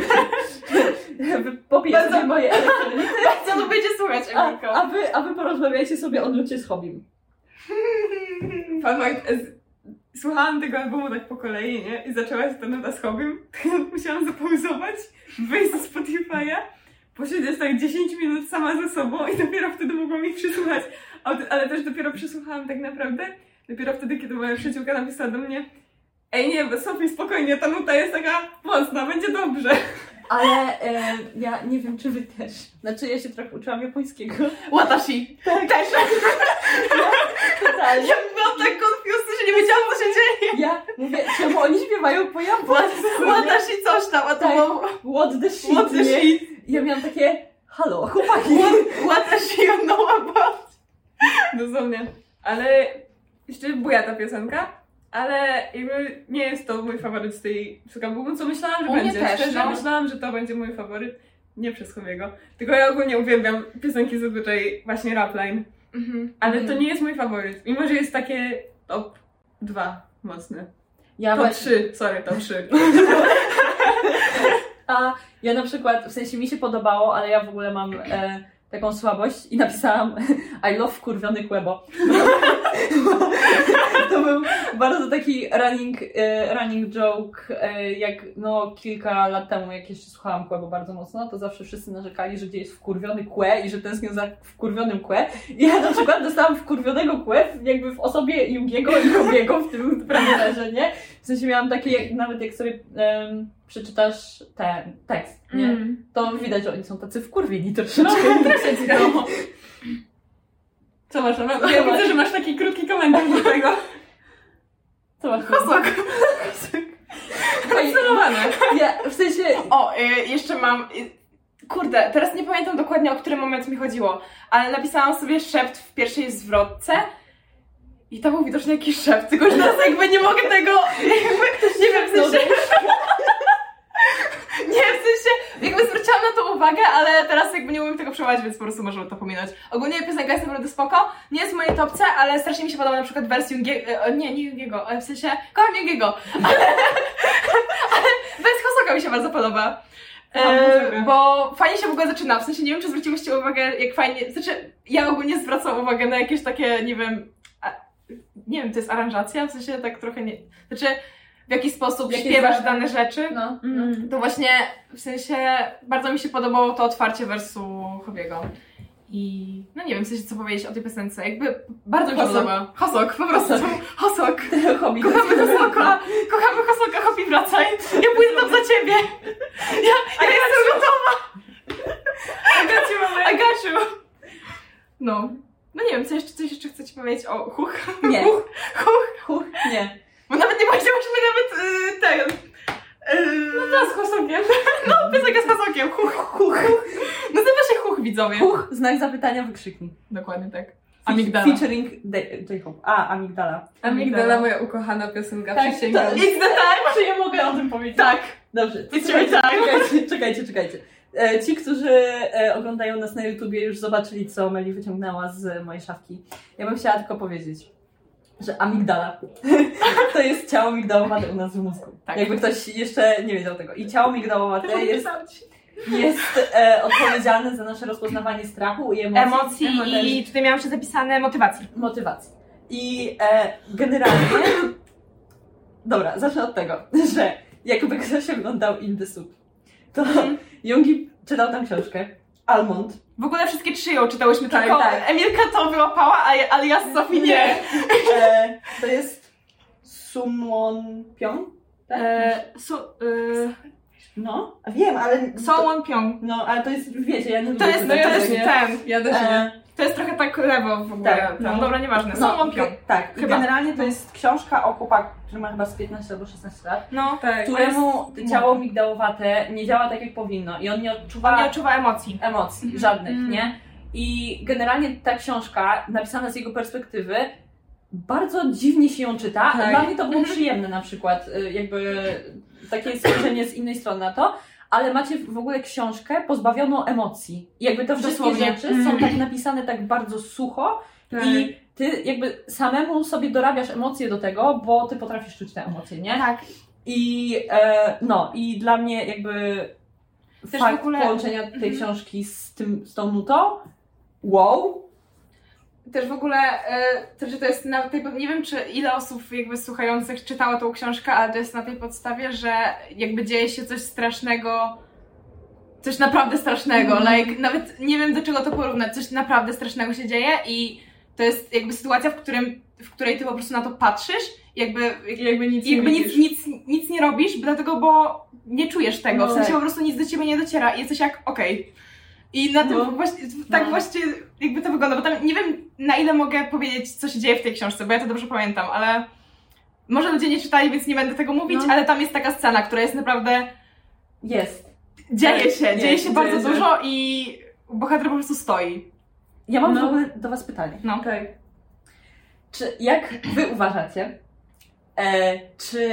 Popiję Bardzo- sobie moje elektrolity, Bardzo lubię Cię słuchać, a, Emilko. a, wy, a wy porozmawiajcie sobie o nucie z Hobbim. Fun fact, z- słuchałam tego albumu tak po kolei, nie? I zaczęła się ta nuta z Hobbim. Musiałam zapauzować, wyjść ze Spotify'a, posiedzieć tak dziesięć minut sama ze sobą i dopiero wtedy mogłam ich przysłuchać. Ale- Ale też dopiero przesłuchałam tak naprawdę, dopiero wtedy, kiedy moja przyjaciółka napisała do mnie: ej nie, bo Sofii, spokojnie, ta nuta jest taka mocna, będzie dobrze. Ale e, ja nie wiem, czy wy też. Znaczy, ja się trochę uczyłam japońskiego. Watashi. Też. Totalnie. Ja byłam tak confused, że nie wiedziałam, co się dzieje. Ja mówię, czemu oni śpiewają po japońsku? nie? Watashi coś tam, a to Tak. było... What the shit, What the nie? shit. I ja miałam takie, halo, chłopaki. Watashi you know about. Dosłownie. Ale jeszcze buja ta piosenka, ale jakby nie jest to mój faworyt z tej z tego albumu, co myślałam, że U mnie będzie. też, Szczerze no. myślałam, że to będzie mój faworyt. Nie przez Hobiego. Tylko ja ogólnie uwielbiam piosenki zazwyczaj właśnie rapline. Mhm. Ale Mhm. to nie jest mój faworyt. Mimo, że jest takie top dwa mocne. Ja Top właśnie, trzy, sorry, top trzy. a ja na przykład, w sensie mi się podobało, ale ja w ogóle mam e, taką słabość i napisałam I love wkurwiony Kłebo. To był bardzo taki running, e, running joke, e, jak no kilka lat temu, jak jeszcze słuchałam Kłebo bardzo mocno, to zawsze wszyscy narzekali, że gdzie jest wkurwiony Kłe i że tęsknią za wkurwionym Kłe. I ja na przykład dostałam wkurwionego Kłe jakby w osobie Jungiego i Hobiego w tym premierze, nie? W sensie miałam takie, jak, nawet jak sobie em, przeczytasz ten tekst, nie? Mm. To widać, że oni są tacy wkurwieni troszeczkę. No. Co masz? No, ja widzę, że masz taki krótki komentarz do tego. Co masz? Kosok. Ej, Celowane. ja, w sensie, O, y, jeszcze mam... Y, kurde, teraz nie pamiętam dokładnie, o który moment mi chodziło, ale napisałam sobie szept w pierwszej zwrotce i to był widocznie jakiś szept, tylko że teraz jakby nie mogę tego... Jakby, nie wiem, w sensie... Nie, w sensie, jakby zwróciłam na to uwagę, ale teraz jakby nie umiem tego przełamać, więc po prostu możemy to pominąć. Ogólnie piosenka jest naprawdę spoko, nie jest w mojej topce, ale strasznie mi się podoba na przykład wersja Jungiego, nie, nie Jungiego, ale w sensie, kocham Jungiego, ale, ale wersja Hosoka mi się bardzo podoba. E, bo fajnie się w ogóle zaczyna, w sensie nie wiem, czy zwróciłyście uwagę, jak fajnie, znaczy ja ogólnie zwracam uwagę na jakieś takie, nie wiem, a, nie wiem, to jest aranżacja, w sensie tak trochę nie... Znaczy, w jaki sposób Jakie śpiewasz za- dane rzeczy, No. Mm. to właśnie w sensie bardzo mi się podobało to otwarcie wersu Hobiego. I no nie wiem, w sensie co powiedzieć o tej piosence, jakby bardzo mi się Hosok. podoba. Hosok, po prostu. Hosok. Hobby. Kochamy Hosoka, kochamy Hosoka, Hobi wracaj. Ja pójdę tam za ciebie. Ja, ja jestem gotowa. I got you, mama. I got you. No. No nie wiem, co jeszcze, coś jeszcze chcecie powiedzieć o Huch? Nie. Huch, Huch. Huch, nie. Bo nawet nie powiedziałyśmy nawet yy, tego. Yy, No to z Hosokiem. no, piosenka z Hosokiem. Huch, Huch. Nazywa się Huch, widzowie. Huch, znak zapytania, wykrzyknik. Dokładnie tak. Amigdala. Featuring J-Hope. A, Amigdala. Amigdala, moja ukochana piosenka, Tak, przysięgam. to- It's the time. Czy ja mogę o tym powiedzieć? Tak. Dobrze. to It's your czekajcie, time. Czekajcie, czekajcie, czekajcie. E, Ci, którzy e, oglądają nas na YouTubie, już zobaczyli, co Meli wyciągnęła z mojej szafki. Ja bym chciała tylko powiedzieć, że amigdala to jest ciało migdałowate u nas w mózgu. Tak. Jakby ktoś jeszcze nie wiedział tego. I ciało migdałowate jest, Napisałam ci. jest e, odpowiedzialne za nasze rozpoznawanie strachu i emocji. Emocji i tutaj miałam jeszcze zapisane motywacji. Motywacji. I e, generalnie... Dobra, zacznę od tego, że jakby ktoś oglądał In the Soup, to Jungi czytał tam książkę Almond. W ogóle wszystkie trzy ją czytałyśmy, Tak, tylko tak. Emilka to wyłapała, a ja, ale ja z Sofii nie. E, to jest Sumwon Pyong? Tak? E, su, e, No, wiem, ale... Sowon Pyong. No, ale to jest, wiecie, ja nie To lubię jest, tego to ja jest też nie. ten. Ja też nie. E, To jest trochę tak lewo w ogóle. Tak, no. no. Dobra, nieważne. no, Sowon Pyong. tak. I Chyba. generalnie to jest książka o chłopaku, który ma chyba z piętnaście albo szesnaście lat, No, Tak. któremu ciało migdałowate nie działa tak, jak powinno i on nie odczuwa on nie odczuwa emocji. emocji, Mhm. żadnych, Mhm. nie? I generalnie ta książka, napisana z jego perspektywy, bardzo dziwnie się ją czyta. Tak. Dla mnie to było Mhm. przyjemne na przykład, y, jakby takie spojrzenie z innej strony na to, ale macie w ogóle książkę pozbawioną emocji. I jakby te wszystkie Dosłownie. rzeczy Mhm. są tak napisane tak bardzo sucho Tak. i ty jakby samemu sobie dorabiasz emocje do tego, bo ty potrafisz czuć te emocje, nie? Tak. I e, no, i dla mnie jakby Też fakt w ogóle- połączenia tej Mhm. książki z tym, z tą nutą, wow, Też w ogóle, e, to, że to jest na tej, nie wiem czy ile osób jakby słuchających czytało tą książkę, ale to jest na tej podstawie, że jakby dzieje się coś strasznego, coś naprawdę strasznego, Mhm. like, nawet nie wiem do czego to porównać, coś naprawdę strasznego się dzieje i to jest jakby sytuacja, w, którym, w której ty po prostu na to patrzysz, jakby, I jakby nic jakby nie nic, widzisz. nic, nic nie robisz, dlatego, bo nie czujesz tego, No w sensie tak. po prostu nic do ciebie nie dociera i jesteś jak okej. I na tym No. właśnie, tak No. właśnie jakby to wygląda, bo tam nie wiem na ile mogę powiedzieć, co się dzieje w tej książce, bo ja to dobrze pamiętam, ale może ludzie nie czytali, więc nie będę tego mówić, No. ale tam jest taka scena, która jest naprawdę, jest. dzieje Tak, się, nie, dzieje się dzieje bardzo się. dużo i bohater po prostu stoi. Ja mam No. w ogóle do was pytanie. No. Tak. Czy, jak wy uważacie, e, czy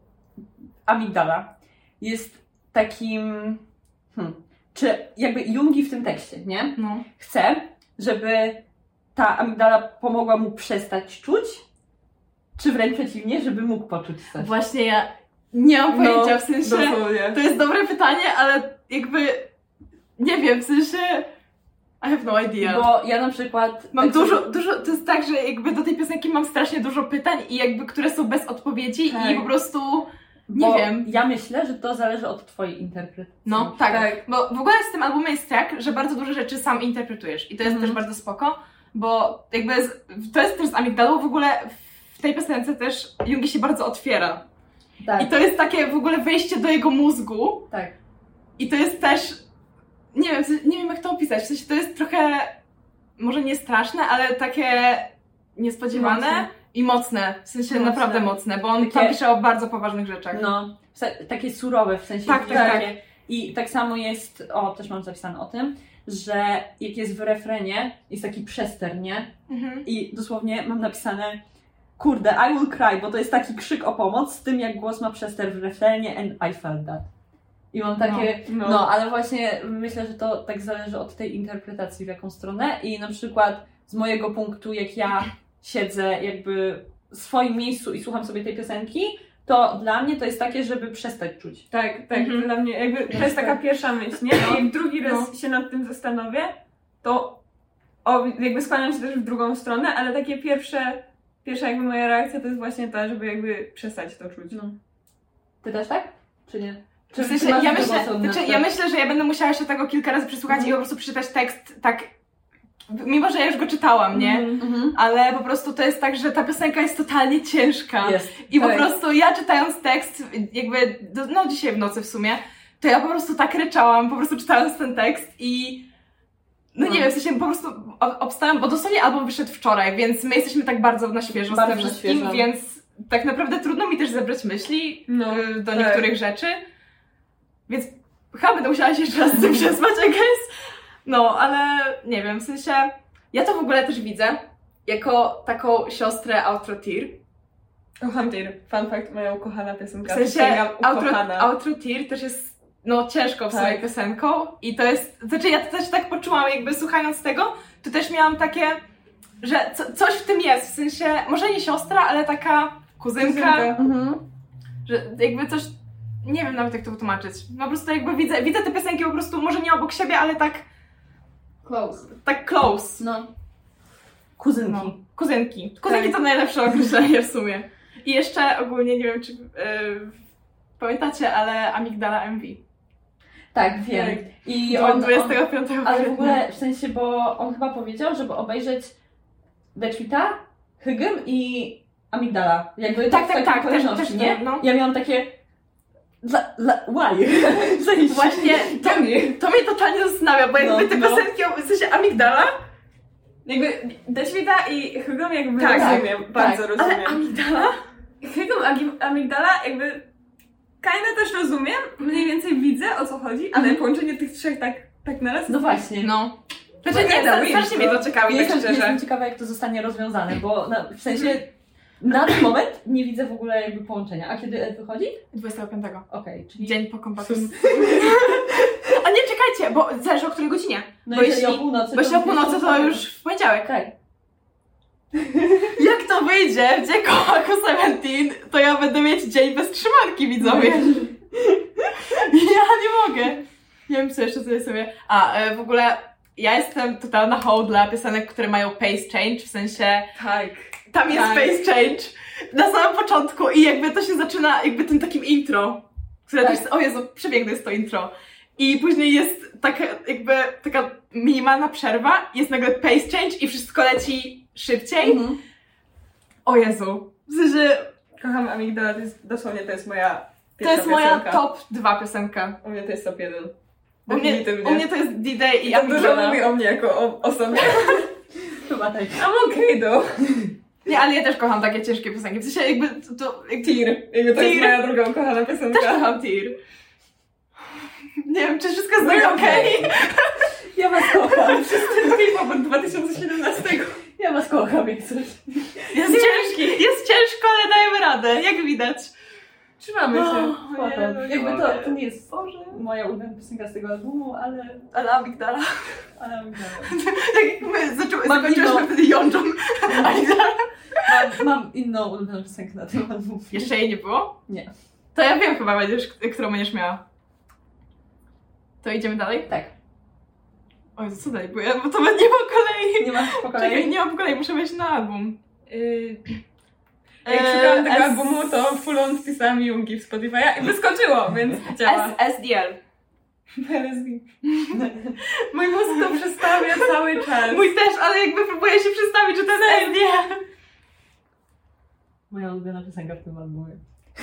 amigdala jest takim, hmm, czy jakby Jungi w tym tekście, nie? No. Chce, żeby ta amigdala pomogła mu przestać czuć, czy wręcz przeciwnie, żeby mógł poczuć coś? Właśnie ja nie mam pojęcia, No, w sensie, Dosłownie. to jest dobre pytanie, ale jakby, nie wiem, w sensie, I have no idea. Bo ja na przykład... Mam tak dużo, sobie- dużo, to jest tak, że jakby do tej piosenki mam strasznie dużo pytań i jakby, które są bez odpowiedzi Tak. i po prostu, nie bo wiem. Ja myślę, że to zależy od twojej interpretacji. No, tak. Tak. Bo w ogóle z tym albumem jest tak, że bardzo dużo rzeczy sam interpretujesz i to jest Mhm. też bardzo spoko, bo jakby z, to jest też z Amigdalą, w ogóle w tej piosence też Jungi się bardzo otwiera. Tak, I to jest takie w ogóle wejście do jego mózgu tak. i to jest też, nie wiem, nie wiem jak to opisać, w sensie to jest trochę, może nie straszne, ale takie niespodziewane Mocne. i mocne, w sensie Mocne. naprawdę mocne, bo on Takie- tam pisze o bardzo poważnych rzeczach. No, w se- takie surowe w sensie. Tak, że tak, takie- I tak samo jest, o, też mam zapisane o tym, że jak jest w refrenie, jest taki przester, nie? Mhm. I dosłownie mam napisane, kurde, I will cry, bo to jest taki krzyk o pomoc z tym, jak głos ma przester w refrenie and I felt that. I mam takie, no, no. ale właśnie myślę, że to tak zależy od tej interpretacji, w jaką stronę. I na przykład z mojego punktu, jak ja siedzę jakby w swoim miejscu i słucham sobie tej piosenki, to dla mnie to jest takie, żeby przestać czuć. Tak, tak, Mhm. dla mnie jakby to jest taka pierwsza myśl, nie? I jak drugi raz się nad tym zastanowię, to o, jakby skłaniam się też w drugą stronę, ale takie pierwsze pierwsza jakby moja reakcja to jest właśnie ta, żeby jakby przestać to czuć. No. Ty też tak? Czy nie? Czy, W sensie, czy masz ja, drugą myślę, osobę znaczy, na ja to? myślę, że ja będę musiała się tego kilka razy przesłuchać Mhm. i po prostu przeczytać tekst tak, mimo że ja już go czytałam, nie? Mhm. Ale po prostu to jest tak, że ta piosenka jest totalnie ciężka. Jest. I po Tak. prostu ja czytając tekst, jakby, do- no dzisiaj w nocy w sumie, to ja po prostu tak ryczałam, po prostu czytając ten tekst i no nie No. wiem, w sensie po prostu o- obstałam, bo dosłownie album wyszedł wczoraj, więc my jesteśmy tak bardzo na świeżo Bardzo z tym na wszystkim, świeżo. więc tak naprawdę trudno mi też zebrać myśli No, y, do tak. niektórych rzeczy, więc chyba będę musiała się jeszcze raz z tym przespać, I guess. No, ale nie wiem, w sensie ja to w ogóle też widzę jako taką siostrę Outro Tear. Kocham Tear. Fun fact, moja ukochana piosenka. W sensie Przysięgam, outro, ukochana. outro Tear też jest no ciężką w Tak. swojej piosenką i to jest, znaczy ja to też tak poczułam jakby słuchając tego, to też miałam takie, że co, coś w tym jest, w sensie może nie siostra, ale taka kuzynka, Kuzynka. Mhm. że jakby coś, nie wiem nawet jak to wytłumaczyć, po prostu jakby widzę, widzę te piosenki po prostu może nie obok siebie, ale tak Close. tak close. No. Kuzynki. No. Kuzynki. Kuzynki Tak. to najlepsze określenie w sumie. I jeszcze ogólnie, nie wiem czy yy, pamiętacie, ale Amigdala M V. Tak, wiem. I On, on, dwudziestego on, piątego ale w kwietnia. ogóle w sensie, bo on chyba powiedział, żeby obejrzeć Detrita, Hygym i Amigdala. Jakby Tak, tak, tak, w takiej tak, kolejności, też- nie? też, no. Ja miałam takie... Dla, dla, why? W sensie, Właśnie to, to mnie totalnie zastanawia, bo jakby No, te no. piosenki, w sensie Amigdala, Jakby Deświta i Hygom jakby Tak, rozumiem, tak, bardzo tak. rozumiem. ale Amigdala? Hygom, Agi- Amigdala jakby kinda też rozumiem, mniej więcej widzę o co chodzi, ale Mhm. połączenie tych trzech tak, tak naraz. No właśnie. No. Znaczy Mega nie, weird, strasznie mnie to ciekawi, tak Jestem, szczerze. jestem ciekawa, jak to zostanie rozwiązane, bo na, w sensie na ten moment nie widzę w ogóle jakby połączenia. A kiedy wychodzi? dwudziestego piątego. Okej, czyli... Dzień po kompakcie. A nie, czekajcie, bo zależy o której godzinie. No bo jeżeli jeśli, o północy, bo jeśli o północy to już w poniedziałek. Tak. Jak to wyjdzie w dzień Kołaku siedemnaście, to ja będę mieć dzień bez trzymanki, widzowie. Ja nie mogę. Nie wiem, co jeszcze sobie sobie... A, e, w ogóle ja jestem totalna hołd dla piosenek, które mają pace change, w sensie Tak. tam jest Tak. pace change na samym początku i jakby to się zaczyna jakby tym takim intro, które Tak. też, o Jezu, przepiękne jest to intro. I później jest taka jakby taka minimalna przerwa, jest nagle pace change i wszystko leci szybciej. Mhm. O Jezu. W sensie, Kocham Amigdala, to jest dosłownie to jest moja to pierwsza jest moja piosenka. top dwa piosenka. U mnie to jest top jeden. U mnie, Definitywnie. u mnie to jest D-Day i I to dużo Amigdala. mówi o mnie jako o osobie. Chyba tak. I'm okay though. Nie, ale ja też kocham takie ciężkie piosenki. W sensie jakby to... to jak Tear. Jakby to jest Tear. moja druga ukochana piosenka. też kocham Tear. Nie wiem, czy wszystko jest No i tak okej. okej. Ja was kocham. Ten K-pop od dwa tysiące siedemnastego. Ja was kocham, jak coś. Jest ciężki. Jest ciężko, ale dajemy radę, jak widać. Trzymamy się. O, Spoko. nie, no nie Jakby to, mogę. to nie jest Boże. moja ulubiona piosenka z tego albumu, ale... Ale Amigdala. ale Amigdala. Tak jak my zaczęły, Mam zakończyłyśmy inną- wtedy jądrzą. Amigdala. Mam, mam inną ulubioną piosenkę na tym albumie. Jeszcze jej nie było? Nie. To ja wiem chyba, będziesz, którą będziesz miała. To idziemy dalej? Tak. O Jezu, co dalej? Bo, ja, bo to nie ma kolei. Nie masz po Czekaj, kolei? nie ma po kolei, muszę wejść na album. Yy, Jak Eee, szukałam tego S- albumu, to full on wpisałam Jungi w Spotify'a i wyskoczyło, więc działa. S- SDL. L S D. Mój mózg to przestawia cały czas. Mój też, ale jakby próbuję się przedstawić, że to jest S D L. Moja ulubiona piosenka w tym albumie.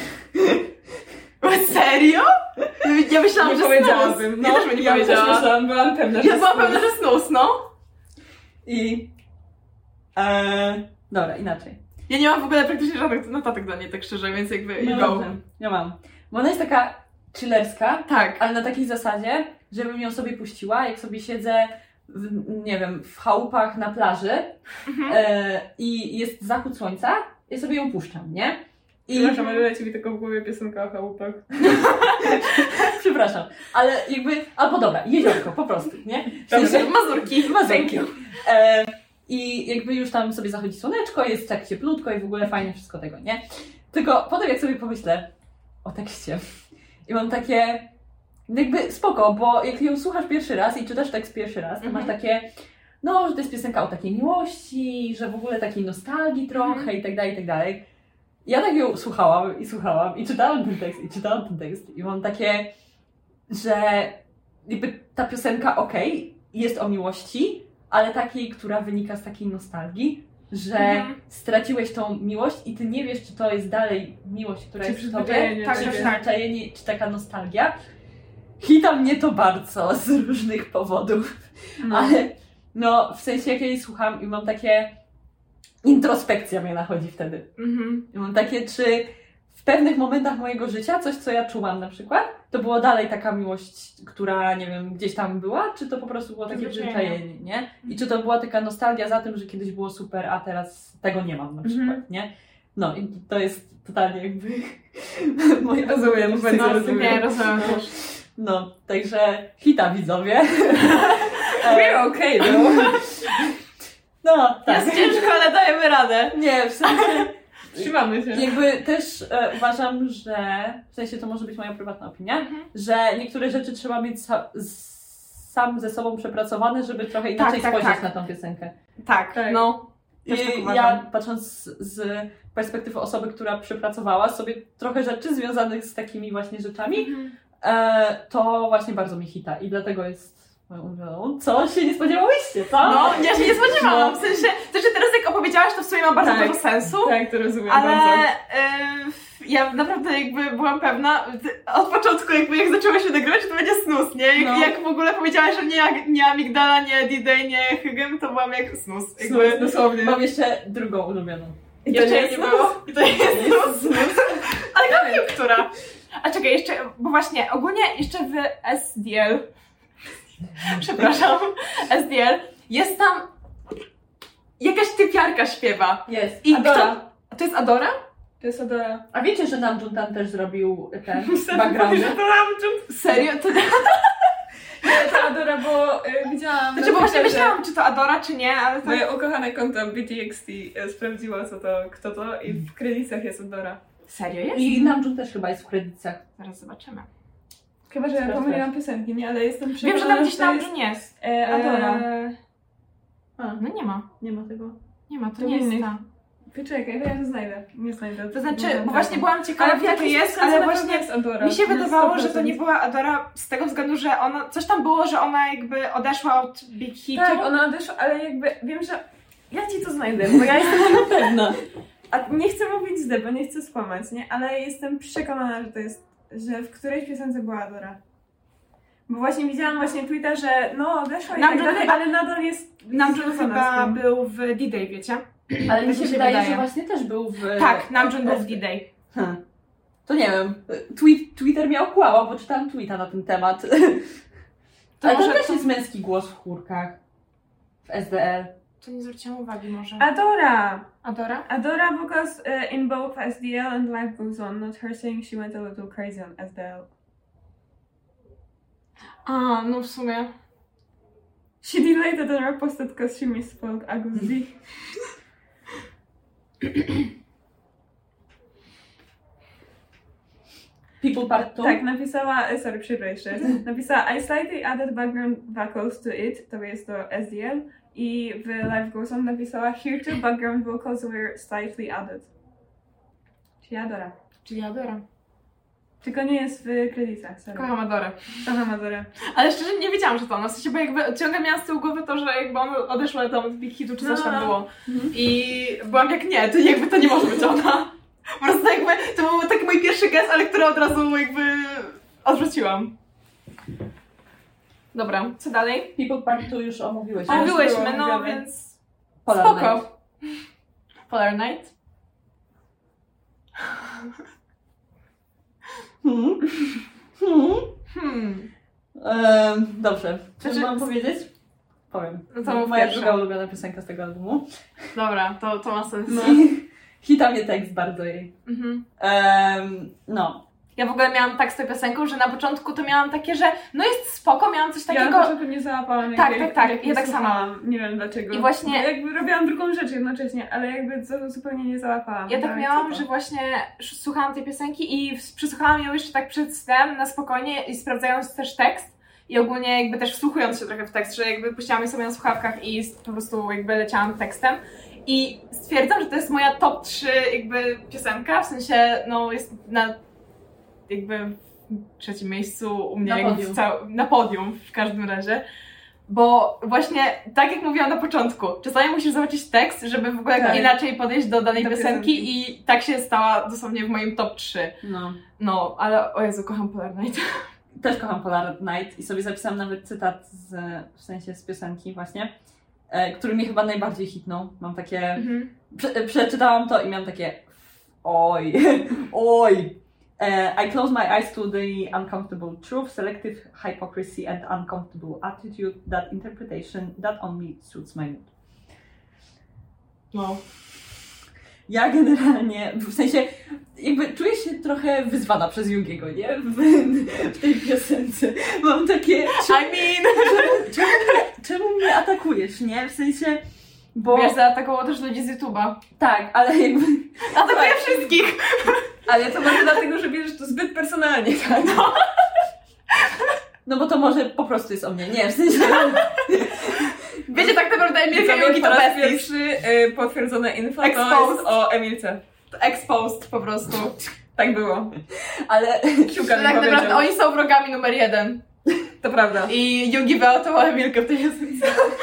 Serio? Ja myślałam, Nie że powiedziałabym. Snus. Ja też bym nie ja też powiedziała. myślałam, byłam pewna, że Ja byłam Snus. pewna, że Snus, no. I... Eee, dobra, inaczej. Ja nie mam w ogóle praktycznie żadnych notatek dla niej, tak szczerze, więc jakby you No go. dobrze, ja mam. Bo ona jest taka chillerska, Tak. ale na takiej zasadzie, żebym ją sobie puściła, jak sobie siedzę, w, nie wiem, w chałupach na plaży Mhm. e, i jest zachód słońca, ja sobie ją puszczam, nie? I Przepraszam, ale leci mi tylko w głowie piosenka o chałupach. Przepraszam, ale jakby, albo dobra, jeziorko, po prostu, nie? W Dobrze. sensie- Mazurki. Mazurki. E, I jakby już tam sobie zachodzi słoneczko, jest tak cieplutko i w ogóle fajnie wszystko tego, nie? Tylko potem jak sobie pomyślę o tekście i mam takie, jakby spoko, bo jak ją słuchasz pierwszy raz i czytasz tekst pierwszy raz, to Mhm. masz takie, no, że to jest piosenka o takiej miłości, że w ogóle takiej nostalgii trochę mm. i tak dalej, i tak dalej. Ja tak ją słuchałam i słuchałam i czytałam ten tekst i czytałam ten tekst i mam takie, że jakby ta piosenka okej, okay, jest o miłości, ale takiej, która wynika z takiej nostalgii, że mhm. straciłeś tą miłość i ty nie wiesz, czy to jest dalej miłość, która czy jest w tobie, tak, czy tak, przyzwyczajenie, czy taka nostalgia. Hita mnie to bardzo z różnych powodów, no. ale no w sensie jak ja jej słucham i mam takie, introspekcja mnie nachodzi wtedy. Mhm. I mam takie, czy w pewnych momentach mojego życia, coś co ja czułam na przykład, to było dalej taka miłość, która, nie wiem, gdzieś tam była, czy to po prostu było takie przyzwyczajenie, nie? I czy to była taka nostalgia za tym, że kiedyś było super, a teraz tego nie mam na przykład, mm-hmm. nie? No i to jest totalnie jakby moje... Rozumiem, no, rozumiem. Nie, rozumiem też. No, także hita widzowie. We're okay, no. No, tak. Jest ciężko, ale dajemy radę. Nie, w sensie... Trzymamy się. Jakby też e, uważam, że, w sensie to może być moja prywatna opinia, mhm. że niektóre rzeczy trzeba mieć sa, sam ze sobą przepracowane, żeby trochę inaczej tak, tak, spojrzeć tak. na tą piosenkę. Tak, tak. no. I tak ja patrząc z perspektywy osoby, która przepracowała sobie trochę rzeczy związanych z takimi właśnie rzeczami, mhm. e, to właśnie bardzo mi hita i dlatego jest moją ulubioną. Co się nie spodziewałyście, co? No, ja się nie spodziewałam, w sensie, to, że teraz jak opowiedziałaś, to w sumie ma bardzo tak, dużo sensu. Tak, to rozumiem ale, bardzo. Ale y, ja naprawdę jakby byłam pewna, od początku jakby jak zaczęłaś nagrywać, że to będzie snus, nie? Jak, no. jak w ogóle powiedziałaś, że nie, nie Amigdala, nie D-Day, nie Hygiem, to byłam jak snus. Jakby, snus, dosłownie. Mam jeszcze drugą ulubioną. I to nie było. I to jest snus. snus. Ale ja wiem, która. A czekaj, jeszcze, bo właśnie ogólnie jeszcze w S D L Przepraszam, S D L. Jest tam jakaś typiarka śpiewa. Jest. I Adora. Kto... To jest Adora? To jest Adora. A wiecie, że Namjoon tam też zrobił ten background? To Namjoon. Serio? To... Nie, to Adora, bo y, widziałam... Znaczy, bo właśnie myślałam, czy to Adora, czy nie, ale to... Moje ukochane konto B T X T y, sprawdziło, co to, kto to i w kredytach jest Adora. Serio jest? I Namjoon też chyba jest w kredytach. Zaraz zobaczymy. Chyba, że ja pomyliłam piosenki, nie? Ale jestem przekonana, wiem, że tam gdzieś Namjoon jest, jest. E, Adora. A, no nie ma. Nie ma tego. Nie ma, to, to nie jest ta. Poczekaj, to ja to znajdę. Nie znajdę. To znaczy, bo właśnie byłam ciekawa, jak to jest, ale właśnie jest Adora. mi się wydawało, że to nie była Adora z tego względu, że ona, coś tam było, że ona jakby odeszła od Big Hitu. Tak, ona odeszła, ale jakby wiem, że ja ci to znajdę, bo ja jestem tego pewna. A nie chcę mówić źle, bo nie chcę skłamać, nie? Ale jestem przekonana, że to jest, że w którejś piosence była Adora. Bo właśnie widziałam właśnie tweeta, że no odeszła i tak dalej, ale nadal jest... Namjoon chyba był w D-Day, wiecie? Ale mi się, się wydaje, wydaje, że właśnie też był w... Tak, Namjoon był w D-Day. Hmm. To nie wiem. Tweet, Twitter miał kłała, bo czytałam tweeta na ten temat. To ale to też to... jest męski głos w chórkach. W S D L. To nie zwróciłam uwagi może. Adora! Adora? Adora vocals uh, in both S D L and Life Goes On, not her saying she went a little crazy on S D L. A, no w sumie. She deleted and reposted because she misspelled Agus D. People Part two? Tak, napisała, sorry, przerwę jeszcze. Napisała I slightly added background vocals to it, to jest to S D L. I w Life Goes On napisała here too background vocals were slightly added. Czyli Adora. Czyli Adora. Tylko nie jest w kredytach, sorry. Kocham Adorę. Kocham Adorę. Ale szczerze nie wiedziałam, że to ona. W sensie, bo jakby ciągle miałam z tyłu głowy to, że jakby ona odeszła tam od Big Hitu, czy coś tam było. Mhm. I byłam jak nie, to jakby to nie może być ona. Po prostu jakby, to był taki mój pierwszy gest, ale który od razu jakby odrzuciłam. Dobra, co dalej? People Part two już omówiłeś. Omówiłyśmy, no omówione. Więc Polar spoko. Night. Polar Night? Hmm. Hmm. Hmm. Ehm, dobrze. Co Znaczy, mam powiedzieć? Powiem. No to moja pierwsza. druga ulubiona piosenka z tego albumu. Dobra, to, to ma sens. No. Hita mnie tekst bardzo jej. Mhm. Um, no. Ja w ogóle miałam tak z tą piosenką, że na początku to miałam takie, że no jest spoko, miałam coś takiego... Ja na początku nie załapałam. Tak, jak, tak, tak, jak ja tak sama. Nie wiem dlaczego. I właśnie... Ja jakby robiłam drugą rzecz jednocześnie, ale jakby to zupełnie nie załapałam. Ja tak miałam, że właśnie słuchałam tej piosenki i przysłuchałam ją jeszcze tak przed snem na spokojnie i sprawdzając też tekst. i ogólnie jakby też wsłuchując się trochę w tekst, że jakby puściłam je sobie na słuchawkach i po prostu jakby leciałam tekstem. I stwierdzam, że to jest moja top trzy jakby piosenka, w sensie no jest na jakby w trzecim miejscu u mnie na jakby podium. W cał- na podium w każdym razie. Bo właśnie, tak jak mówiłam na początku, czasami musisz zobaczyć tekst, żeby w ogóle tak. inaczej podejść do danej Do piosenki, piosenki. i tak się stała dosłownie w moim top trzy. No. No, ale o Jezu, kocham Polar Night. Też kocham Polar Night i sobie zapisałam nawet cytat z, w sensie z piosenki właśnie, e, który mnie chyba najbardziej hitnął. Mam takie... Mhm. Prze- przeczytałam to i miałam takie oj, oj. Uh, I close my eyes to the uncomfortable truth, selective hypocrisy and uncomfortable attitude, that interpretation that only suits my mood. No. Ja generalnie, w sensie, jakby czuję się trochę wyzwana przez Jungiego, nie? W, w tej piosence. Mam takie... I Czemu, mean... czemu, czemu, mnie, czemu mnie atakujesz, nie? W sensie, bo... Wiesz, zaatakowało też ludzi z YouTube'a. Tak, ale jakby... Atakuję wszystkich! Ale to może dlatego, że bierzesz to zbyt personalnie, tak? No. No bo to może po prostu jest o mnie, nie? W sensie... Wiecie, tak naprawdę Emilka i Jungi po to raz besties. pierwszy y, potwierdzone info to Exposed. jest o Emilce. Exposed po prostu. Tak było. Ale... Kiuka mi Tak naprawdę powiedział. oni są wrogami numer jeden. To prawda. I Jungi wyautował Emilkę w tej piosence.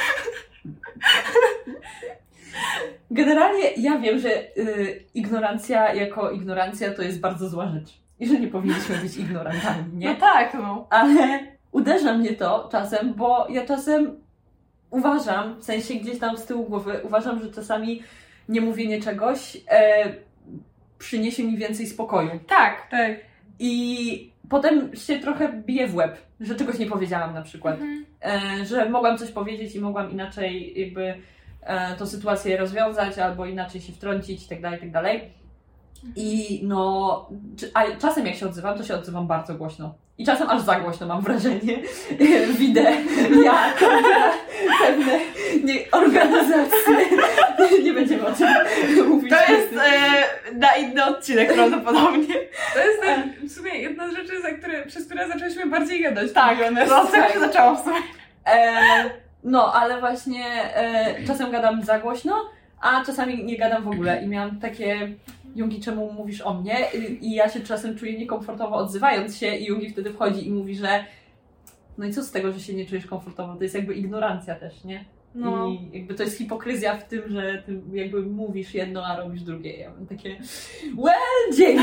Generalnie ja wiem, że y, ignorancja jako ignorancja to jest bardzo zła rzecz. I że nie powinniśmy być ignorantami, nie? No tak, no. Ale uderza mnie to czasem, bo ja czasem uważam, w sensie gdzieś tam z tyłu głowy, uważam, że czasami niemówienie czegoś e, przyniesie mi więcej spokoju. Tak. Tak. I potem się trochę bije w łeb, że czegoś nie powiedziałam na przykład. Mhm. E, że mogłam coś powiedzieć i mogłam inaczej jakby e, tą sytuację rozwiązać, albo inaczej się wtrącić i tak dalej, i tak dalej. I no, czy- a czasem jak się odzywam, to się odzywam bardzo głośno. I czasem aż za głośno, mam wrażenie. Widzę, jak pewne nie, organizacje, nie będziemy o tym mówić. To jest e, na inny odcinek prawdopodobnie. To jest tak, w sumie jedna z rzeczy, za które, przez które zaczęliśmy bardziej gadać. Tak, mówione. no tak się zaczęło w sumie. E, no, ale właśnie e, czasem gadam za głośno, a czasami nie gadam w ogóle. I miałam takie, Jungi, czemu mówisz o mnie? I, i ja się czasem czuję niekomfortowo odzywając się i Jungi wtedy wchodzi i mówi, że no i co z tego, że się nie czujesz komfortowo? To jest jakby ignorancja też, nie? No. I jakby to jest hipokryzja w tym, że ty jakby mówisz jedno, a robisz drugie. Ja mam takie, well, dzięki!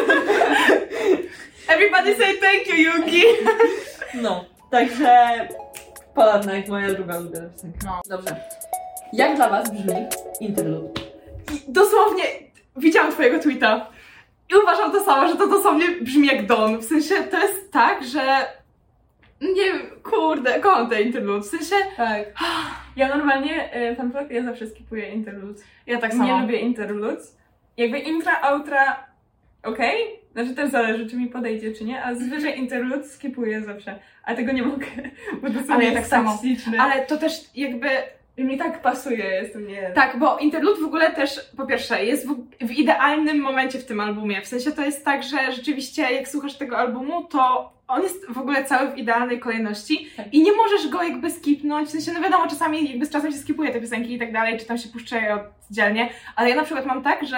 Everybody say thank you, Jungi! No, także Polar Night, moja druga ulubiona piosenka. No. Dobrze. Jak dla was brzmi interlude? I dosłownie widziałam twojego tweeta i uważam to samo, że to dosłownie brzmi jak Don. W sensie to jest tak, że nie wiem, kurde, kocham ten interlude. W sensie Tak. Ja normalnie, y, fun fact, ja zawsze skipuję interlude. ja tak samo. Nie lubię interlude. Jakby intra, outra, okej? Znaczy też zależy, czy mi podejdzie, czy nie, a zazwyczaj interlude skipuję zawsze. A tego nie mogę, bo to są Ale ja tak samo. toksyczne. Ale to też jakby... I mi tak pasuje, jestem nie... Tak, bo interlude w ogóle też, po pierwsze, jest w, w idealnym momencie w tym albumie. W sensie to jest tak, że rzeczywiście jak słuchasz tego albumu, to on jest w ogóle cały w idealnej kolejności Tak. i nie możesz go jakby skipnąć. W sensie, no wiadomo, czasami jakby z czasem się skipuje te piosenki i tak dalej, czy tam się puszcza je oddzielnie, ale ja na przykład mam tak, że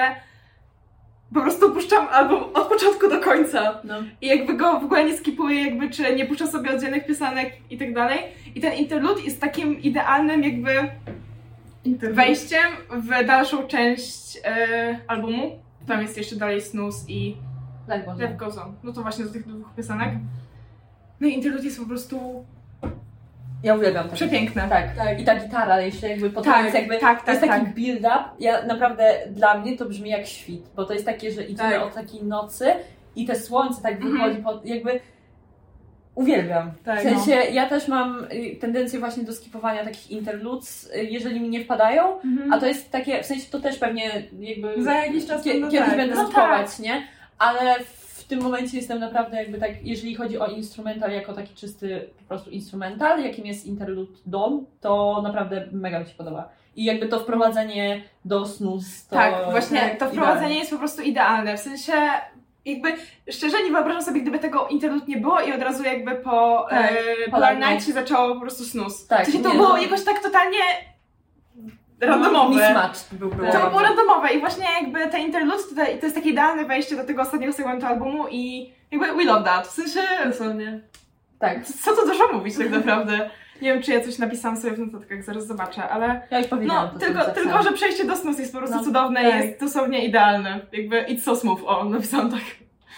po prostu puszczam album od początku do końca. No. I jakby go w ogóle nie skipuję, jakby, czy nie puszczę sobie oddzielnych piosenek i tak dalej. I ten interlude jest takim idealnym jakby Interlude. wejściem w dalszą część e, albumu. Tam jest jeszcze dalej Snooze i Tak, może. Life Goes On. No to właśnie z tych dwóch piosenek. No i interlude jest po prostu Ja uwielbiam to. przepiękne. Tak. Tak. I ta gitara jeszcze jakby pod Tak, koniec jakby, tak, to jest tak, taki tak. build-up. Ja naprawdę, dla mnie to brzmi jak świt, bo to jest takie, że idziemy Tak. od takiej nocy i te słońce tak Mhm. wychodzi pod, jakby uwielbiam. Tak, w sensie ja też mam y, tendencję właśnie do skipowania takich interludes, y, jeżeli mi nie wpadają, Mhm. a to jest takie, w sensie to też pewnie jakby Za jakiś czas kie- no kiedyś tak. będę No skipować, nie? Ale w tym momencie jestem naprawdę jakby tak, jeżeli chodzi o instrumental jako taki czysty po prostu instrumental, jakim jest interlude Dawn, to naprawdę mega mi się podoba. I jakby to wprowadzenie do Snooze to... Tak, właśnie to idealne. wprowadzenie jest po prostu idealne. W sensie jakby szczerze nie wyobrażam sobie, gdyby tego interlude nie było i od razu jakby po Tak, e, Polar Night się zaczęło po prostu snooze. Tak, W sensie to nie, było no. jakoś tak totalnie randomowe. Mismatch byłby. To by było randomowe i właśnie jakby ten interlude to, to jest takie idealne wejście do tego ostatniego segmentu albumu i jakby we love that. W sensie, Dosłownie. Tak. co tu dużo mówić tak naprawdę. Nie wiem, czy ja coś napisałam sobie w notatkach, zaraz zobaczę, ale Ja już powiedziałam no, to, tylko, co tylko, napisałam. że przejście do snooze jest po prostu No, cudowne tak. i jest dosłownie idealne. Jakby it's so smooth, o, napisałam tak.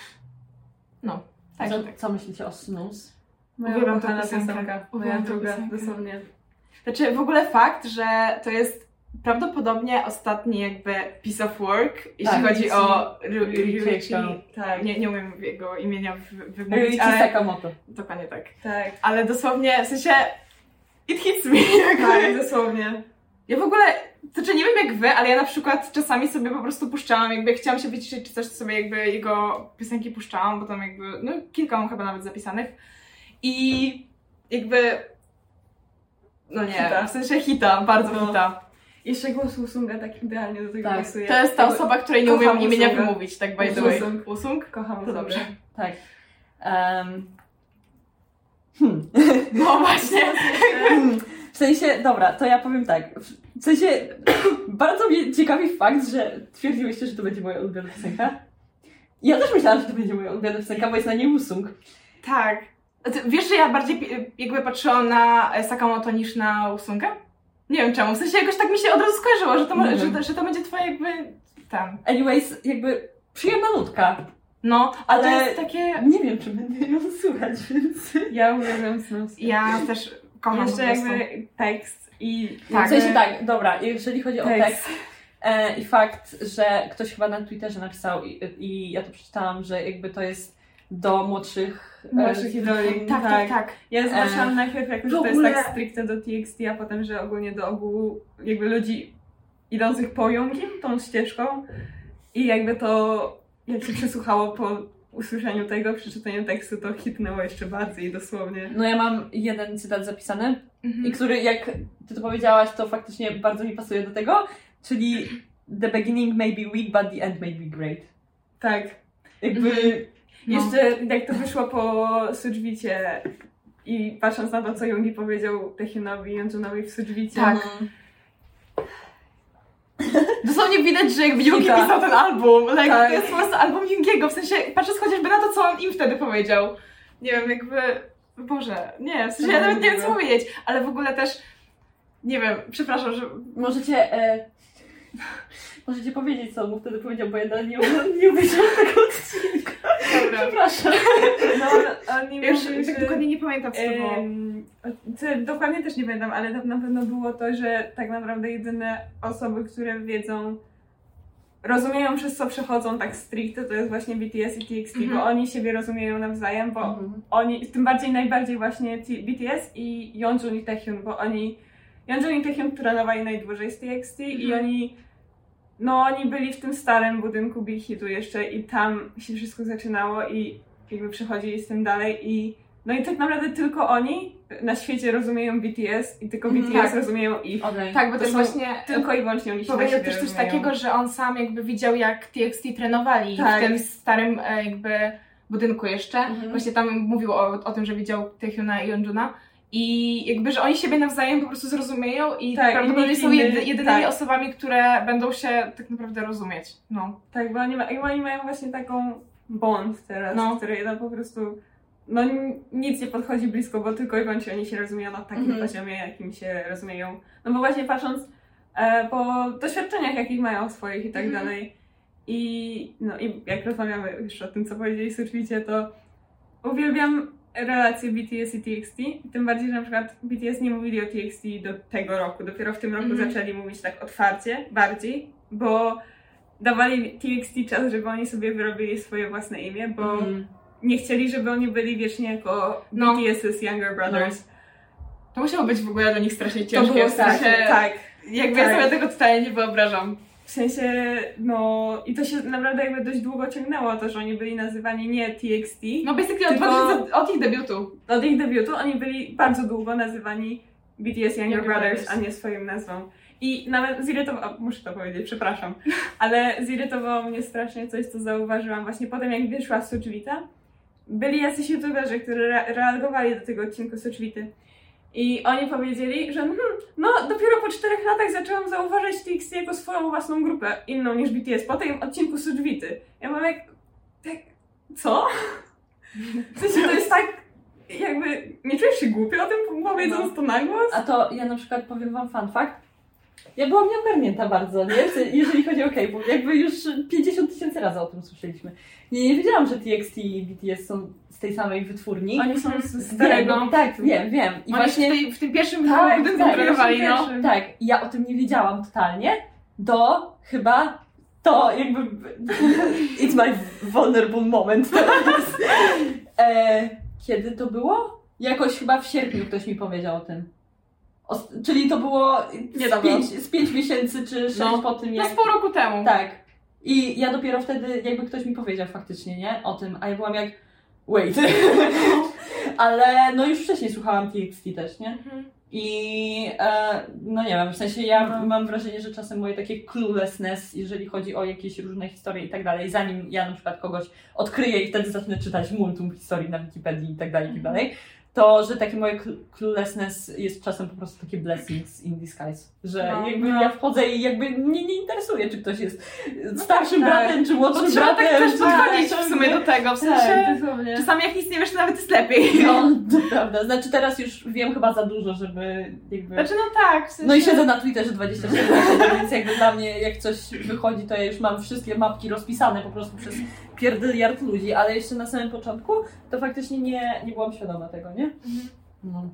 No, tak, Co, tak. co myślicie o Snooze? Moja Uwielbiam tę ukochana piosenkę. piosenka. Moja Uwielbiam tę druga, piosenkę. dosłownie. Znaczy w ogóle fakt, że to jest prawdopodobnie ostatni jakby piece of work, jeśli Tak, chodzi o Ryuichi Ryuichi. Tak. Nie, nie umiem jego imienia wy- wymówić, Ryuichi ale Sakamoto. dokładnie tak. Tak. Ale dosłownie, w sensie it hits me. Tak, jakby. dosłownie. Ja w ogóle, znaczy nie wiem jak wy, ale ja na przykład czasami sobie po prostu puszczałam, jakby jak chciałam się wyciszyć czy coś, to sobie jakby jego piosenki puszczałam, bo tam jakby, no kilka mam chyba nawet zapisanych i jakby, no nie, Hita. w sensie hita, bardzo No. hita. Jeszcze głos Usunga tak idealnie do tego Tak. pasuje. To jest ta Jakby osoba, której nie kocham umiem imienia Usunga. wymówić, tak by the way. Usung. Usung? Kocham To Usungę. dobrze. Tak. Um. Hmm. No właśnie. Hmm. W sensie, dobra, to ja powiem tak. W sensie, bardzo mnie ciekawi fakt, że twierdziłyście, że to będzie moja ulubiona piosenka. Ja też myślałam, że to będzie moja ulubiona piosenka, bo jest na niej Usung. Tak. A ty wiesz, że ja bardziej pi- jakby patrzyłam na Sakamoto niż na Usungę? Nie wiem czemu, w sensie jakoś tak mi się od razu skojarzyło, że to, mo- Nie że, wiem. to- że to będzie twoje jakby tam. Anyways, jakby przyjemna nutka. No, ale Ale- to jest takie... Nie wiem, czy będę ją słuchać, więc... Ja uwielbiam Snooze. Ja też kocham Jeszcze po prostu. jakby tekst i... Tak. W sensie tak, dobra, jeżeli chodzi o Tekst. tekst e, i fakt, że ktoś chyba na Twitterze napisał i, i ja to przeczytałam, że jakby to jest do młodszych... e, Młodszych idoli. Tak, tak, tak. Ja zobaczyłam E, najpierw jako, w że to jest ogóle- tak stricte do T X T, a potem, że ogólnie do ogółu jakby ludzi idących po Youngim, tą ścieżką i jakby to, jak się przesłuchało po usłyszeniu tego, przeczytaniu tekstu, to hitnęło jeszcze bardziej dosłownie. No ja mam jeden cytat zapisany Mhm. i który, jak ty to powiedziałaś, to faktycznie bardzo mi pasuje do tego, czyli the beginning may be weak, but the end may be great. Tak. Jakby... No. Jeszcze jak to wyszło po Sujwicie i patrząc na to, co Yoongi powiedział Taehyunowi i Yeonjunowi w Sujwicie. Tak. Mm, Dosłownie widać, że jakby Jungi Hita. pisał ten album. Like, Tak. To jest po prostu album Jungiego, w sensie patrząc chociażby na to, co on im wtedy powiedział. Nie wiem, jakby... Boże, nie, w sensie ja nawet nie wiem, co powiedzieć, ale w ogóle też... Nie wiem, przepraszam, że... Możecie... E, możecie powiedzieć, co on mu wtedy powiedział, bo ja dalej nie, nie obejrzałam tego odcinka. Dobra. Przepraszam. No, oni Ja już mówili, tak że- dokładnie nie pamiętam, co to było. Em, co, dokładnie też nie pamiętam, ale to na pewno było to, że tak naprawdę jedyne osoby, które wiedzą, rozumieją przez co przechodzą tak stricte, to jest właśnie B T S i T X T, Mhm. bo oni siebie rozumieją nawzajem, bo Mhm. oni, tym bardziej najbardziej właśnie T- B T S i Yeonjun i Taehyun, bo oni, Yeonjun i Taehyun trenowali najdłużej z T X T i Mhm. oni, no oni byli w tym starym budynku Big Hitu jeszcze i tam się wszystko zaczynało i jakby przechodzili z tym dalej i no i tak naprawdę tylko oni na świecie rozumieją B T S i tylko B T S Tak. rozumieją ich. Okej. Tak, bo To też są właśnie... Tylko i wyłącznie oni się na Powiedział siebie też coś rozumieją. takiego, że on sam jakby widział, jak T X T trenowali Tak. w tym starym e, jakby budynku jeszcze. Mhm. Właśnie tam mówił o, o tym, że widział Taehyuna i Yeonjuna. I jakby, że oni siebie nawzajem po prostu zrozumieją i Tak, prawdopodobnie i nikt są inny- jedy, jedynymi tak. osobami, które będą się tak naprawdę rozumieć. No. Tak, bo oni, ma, i oni mają właśnie taką bond teraz, No. no. który no po prostu no n- nic nie podchodzi blisko, bo tylko i wyłącznie oni się rozumieją na takim Mhm. poziomie, jakim się rozumieją. No bo właśnie patrząc e, po doświadczeniach, jakich mają swoich i tak Mhm. dalej. I no i jak rozmawiamy już o tym, co powiedzieli Sujwicie, to uwielbiam relacje B T S i T X T. Tym bardziej, że na przykład B T S nie mówili o T X T do tego roku. Dopiero w tym roku Mhm. zaczęli mówić tak otwarcie, bardziej, bo dawali T X T czas, żeby oni sobie wyrobili swoje własne imię, bo Mm. nie chcieli, żeby oni byli wiecznie jako No. B T S's Younger Brothers. To musiało być w ogóle dla nich strasznie To ciężkie. było w tak, sensie, tak. Jakby tak. ja sobie tego totalnie nie wyobrażam. W sensie, no i to się naprawdę jakby dość długo ciągnęło, to, że oni byli nazywani nie T X T. No basically od, Tylko- od, od ich debiutu. Od ich debiutu oni byli bardzo długo nazywani B T S Younger Younger Brothers, Brothers. a nie swoją nazwą. I nawet zirytowało, muszę to powiedzieć, przepraszam, ale zirytowało mnie strasznie coś, co zauważyłam właśnie potem, jak wyszła Suchwita. Byli jacyś youtuberzy, którzy re- reagowali do tego odcinku Suchwity. I oni powiedzieli, że hmm, no dopiero po czterech latach zaczęłam zauważać T X T jako swoją własną grupę, inną niż B T S, po tym odcinku Suchwity. Ja mam jak... tak... co? W sensie to jest tak... jakby... nie czujesz się głupio o tym, powiedząc No. to na głos? A to ja na przykład powiem wam fun fact. Ja byłam nieogarnięta bardzo, nie? Jeżeli chodzi o K-pop. Jakby już pięćdziesiąt tysięcy razy o tym słyszeliśmy. Nie, nie wiedziałam, że T X T i B T S są z tej samej wytwórni. Oni są z starego... Wiem, tak, wiem, wiem. I Oni właśnie... w, tej, w tym pierwszym Tak, budynku tak, kreowali, no. pierwszym. Tak, i ja o tym nie wiedziałam totalnie, do chyba to jakby... It's my vulnerable moment teraz. E, kiedy to było? Jakoś chyba w sierpniu ktoś mi powiedział o tym. O, czyli to było z Niedawno. pięć, z pięć miesięcy czy sześć No. po tym No jak... z pół roku temu. Tak. I ja dopiero wtedy jakby ktoś mi powiedział faktycznie, nie? O tym, a ja byłam jak... Wait. Ale no już wcześniej słuchałam T X T też, nie? Mhm. I e, no nie wiem, w sensie ja No. mam wrażenie, że czasem moje takie cluelessness, jeżeli chodzi o jakieś różne historie i tak dalej, zanim ja na przykład kogoś odkryję i wtedy zacznę czytać multum historii na Wikipedii i tak dalej, i tak dalej, to że takie moje cl- cluelessness jest czasem po prostu takie blessings in disguise, że No, jakby no. ja wchodzę i jakby mnie nie interesuje, czy ktoś jest starszym tak. bratem, czy Bo młodszym trzeba tak bratem. też czy- podchodzić tak, w sumie do tego, w sensie tak. dosłownie. czasami jak nic nie wiesz, to nawet jest lepiej. No, to prawda. Znaczy teraz już wiem chyba za dużo, żeby jakby... Znaczy no tak, w sensie... No i siedzę na Twitterze dwadzieścia cztery godziny, więc jakby dla mnie jak coś wychodzi, to ja już mam wszystkie mapki rozpisane po prostu przez pierdyliard ludzi, ale jeszcze na samym początku to faktycznie nie, nie byłam świadoma tego, nie? Mhm. No.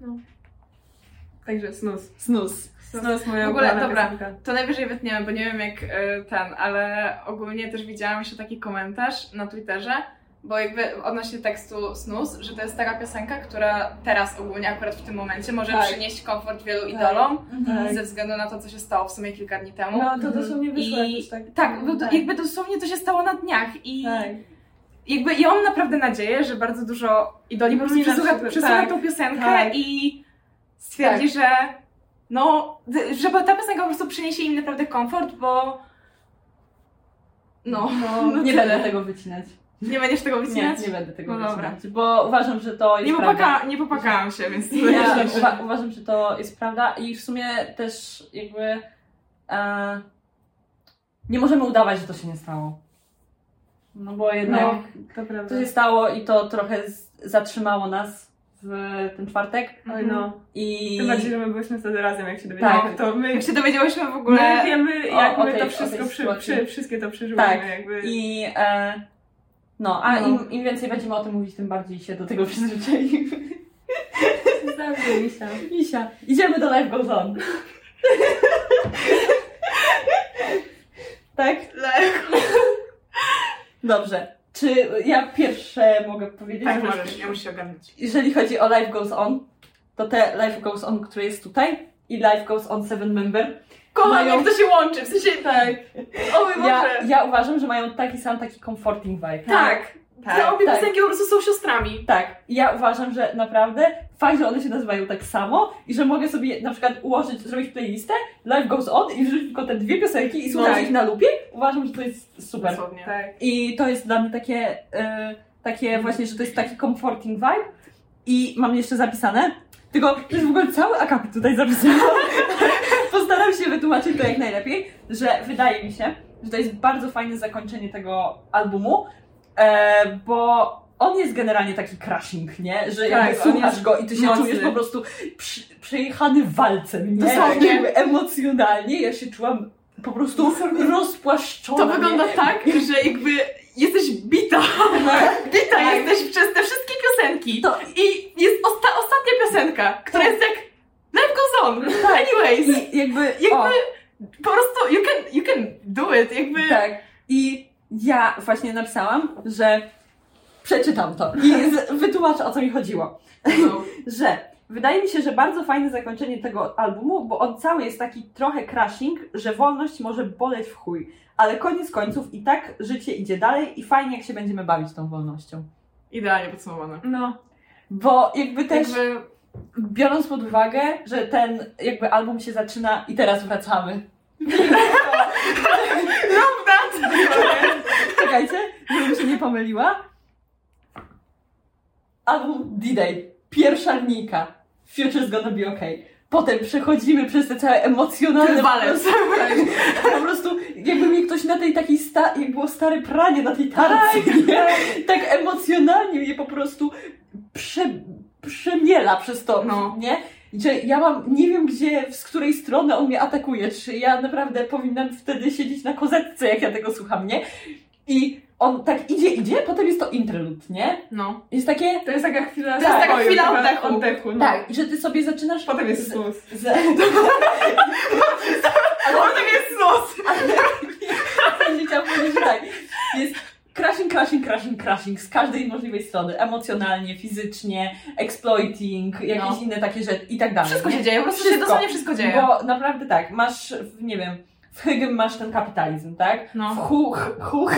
Także snus. Snus. Snus moja W ogóle, ukochana dobra. piosenka. To najwyżej wytniemy, bo nie wiem jak y, ten, ale ogólnie też widziałam jeszcze taki komentarz na Twitterze, bo jakby odnośnie tekstu Snus, że to jest taka piosenka, która teraz ogólnie, akurat w tym momencie może Tak. przynieść komfort wielu idolom, Tak. ze względu na to, co się stało w sumie kilka dni temu. No to dosłownie wyszło I jakoś tak. tak, bo to, tak. jakby dosłownie to się stało na dniach i Tak. jakby ja mam naprawdę nadzieję, że bardzo dużo idoli po prostu Mhm, przesłucha, że- przesłucha tak, tą piosenkę tak. i stwierdzi, że no, d- że ta piosenka po prostu przyniesie im naprawdę komfort, bo no, No, nie tyle. będę tego wycinać. Nie będziesz tego Nie, wycinać? nie będę tego No dobra. wycinać, bo uważam, że to jest Nie, prawda. popłaka, nie popłakałam się, więc Ja myślę, że- uwa- uważam, że to jest prawda i w sumie też jakby e, nie możemy udawać, że to się nie stało. No bo jednak No, to prawda. to się stało i to trochę z- zatrzymało nas w ten czwartek Oj no. i Tym bardziej, że my byliśmy wtedy razem, jak się dowiedziałam. Tak. To my, jak się dowiedziałyśmy w ogóle... my wiemy, jak o my tej- to o wszystko, tej przy, sytuacji. przy, wszystkie to przeżyłyśmy. Tak. Jakby. i e, no, a No. Im, im więcej będziemy o tym mówić, tym bardziej się do tego przyzwyczaimy. Dobrze, Misia. Misia, idziemy do Life Goes On. Tak? Dobrze. Czy ja pierwsze mogę powiedzieć? Tak, możesz, ja muszę się ogarnąć. Jeżeli chodzi o Life Goes On, to te Life Goes On, które jest tutaj i Life Goes On Seven Member, Kocham, Mają- jak to się łączy, w sensie tak. O mój ja, Boże. ja uważam, że mają taki sam, taki comforting vibe. Tak. Tak, Te obie tak. piosenki po prostu są siostrami. Tak, ja uważam, że naprawdę fakt, że one się nazywają tak samo i że mogę sobie na przykład ułożyć, zrobić playlistę Life Goes On i wrzucić tylko te dwie piosenki i słuchać Tak. ich na lupie, uważam, że to jest super. Dosłownie. Tak. I to jest dla mnie takie, e, takie właśnie, że to jest taki comforting vibe i mam jeszcze zapisane, tylko to jest w ogóle cały akapit tutaj zapisane. Postaram się wytłumaczyć to jak najlepiej, że wydaje mi się, że to jest bardzo fajne zakończenie tego albumu, e, bo on jest generalnie taki crashing, nie? Że jakby Tak, on słuchasz jest go i ty się mocny. czujesz po prostu przy, przejechany walcem, nie? Dosłownie. Jakby emocjonalnie ja się czułam po prostu rozpłaszczona. To nie? wygląda tak, że jakby jesteś bita. Bita Tak. jesteś przez te wszystkie piosenki. To- I jest osta ostatnia piosenka, która Tak. jest jak Life Goes On. Tak. Anyways. I jakby, Jakby o, po prostu you can, you can do it. Jakby... tak. I ja właśnie napisałam, że przeczytam to i z, wytłumaczę, o co mi chodziło. No. Że wydaje mi się, że bardzo fajne zakończenie tego albumu, bo on cały jest taki trochę crashing, że wolność może boleć w chuj, ale koniec końców i tak życie idzie dalej i fajnie, jak się będziemy bawić tą wolnością. Idealnie podsumowane. No. Bo jakby też... Jakby biorąc pod uwagę, że ten jakby album się zaczyna i teraz wracamy. Love that! Czekajcie, żebym się nie pomyliła. Album D-Day, pierwsza linijka, Future's gonna be okay. Potem przechodzimy przez te całe emocjonalne... Walec. Po prostu jakby mnie ktoś na tej takiej, sta- jak było stare pranie na tej tarce, nie? Tak emocjonalnie mnie po prostu prze, przemiela przez to, no. nie? Że ja mam, nie wiem gdzie, z której strony on mnie atakuje, czy ja naprawdę powinnam wtedy siedzieć na kozetce, jak ja tego słucham, nie? I on tak idzie, idzie, potem jest to interlude, nie? No. Jest takie... To jest taka chwila... To jest taka chwila oddechu. oddechu no. Tak, i że ty sobie zaczynasz... Potem jest snus. Z... Ale potem jest snus! Ale nie chciałam powiedzieć, że tak. Jest crashing, crashing, crashing, crashing z każdej możliwej strony. Emocjonalnie, fizycznie, exploiting, jakieś No. inne takie rzeczy i tak dalej. Wszystko nie? się dzieje, po prostu Wszystko. się dosłownie wszystko dzieje. Bo naprawdę tak, masz, nie wiem, w Hygiem masz ten kapitalizm, tak? No. W Huch, Huch.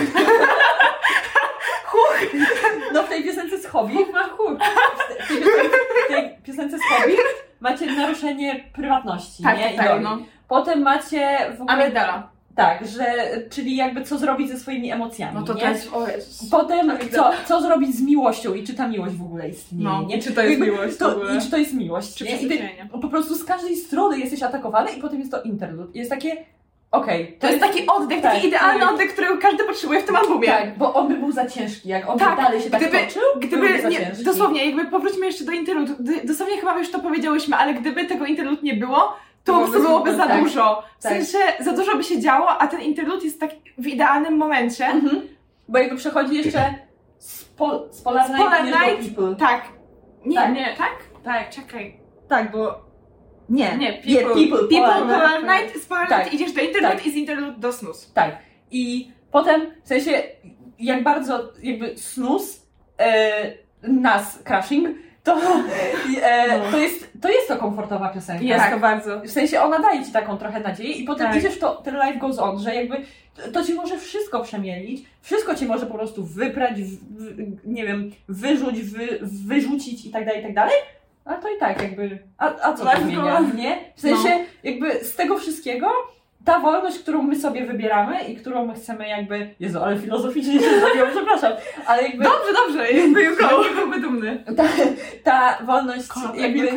Huch! No w tej piosence z Hobby. Huch ma huch. W tej piosence, w tej piosence z Hobby macie naruszenie prywatności, Tak, nie? tak, I no. Potem macie w ogóle... Amygdala. Tak, że, czyli jakby co zrobić ze swoimi emocjami, No to nie? to jest... O Jezus. Potem co, Amygdala. co zrobić z miłością i czy ta miłość w ogóle istnieje, No. nie? Czy to jest Jakby miłość w to, ogóle? I czy to jest miłość, Czy nie? I ty przeznaczenie. po prostu z każdej strony jesteś atakowany i potem jest to interlude. Jest takie, okej. Okay, To jest taki oddech, tak, taki idealny tak. oddech, którego każdy potrzebuje w tym albumie. Tak, bo on by był za ciężki, jak on Tak, by dalej się tak gdyby- toczył, Gdyby, byłby za nie, ciężki. dosłownie, jakby powróćmy jeszcze do interlude, Gdy- dosłownie chyba już to powiedziałyśmy, ale gdyby tego interlude nie było, to po Byłoby prostu byłoby super, za tak. dużo. W Tak. sensie, za dużo by się działo, a ten interlude jest tak w idealnym momencie. Mhm. Bo jakby przechodzi jeszcze z, pol, z Polar Night, Polar nie do Night. People. Tak. Nie, Tak. nie, tak? Tak, czekaj. Tak, bo... Nie, Nie, nie, People. People, People, Polar Polar Night. Night, z Polar Tak. Night idziesz do interlude Tak. i z interlude do snus. Tak. I potem, w sensie, jak bardzo jakby snus e, nas crashing, to, e, No. to, jest, to jest to komfortowa piosenka. Jest Tak. to bardzo. W sensie ona daje ci taką trochę nadzieję i potem Tak. idziesz w to, ten life goes on, że jakby to ci może wszystko przemielić, wszystko ci może po prostu wyprać, w, w, nie wiem, wyrzuć, wy, wyrzucić i tak dalej, i tak dalej, ale to i tak jakby, a, a co to Life zmienia, goes on. nie? W sensie jakby z tego wszystkiego ta wolność, którą my sobie wybieramy i którą my chcemy jakby, Jezu, ale filozoficznie się zrobiło, przepraszam, ale jakby Dobrze, dobrze, jakby już go. Nie byłby dumny. ta, ta wolność jakby,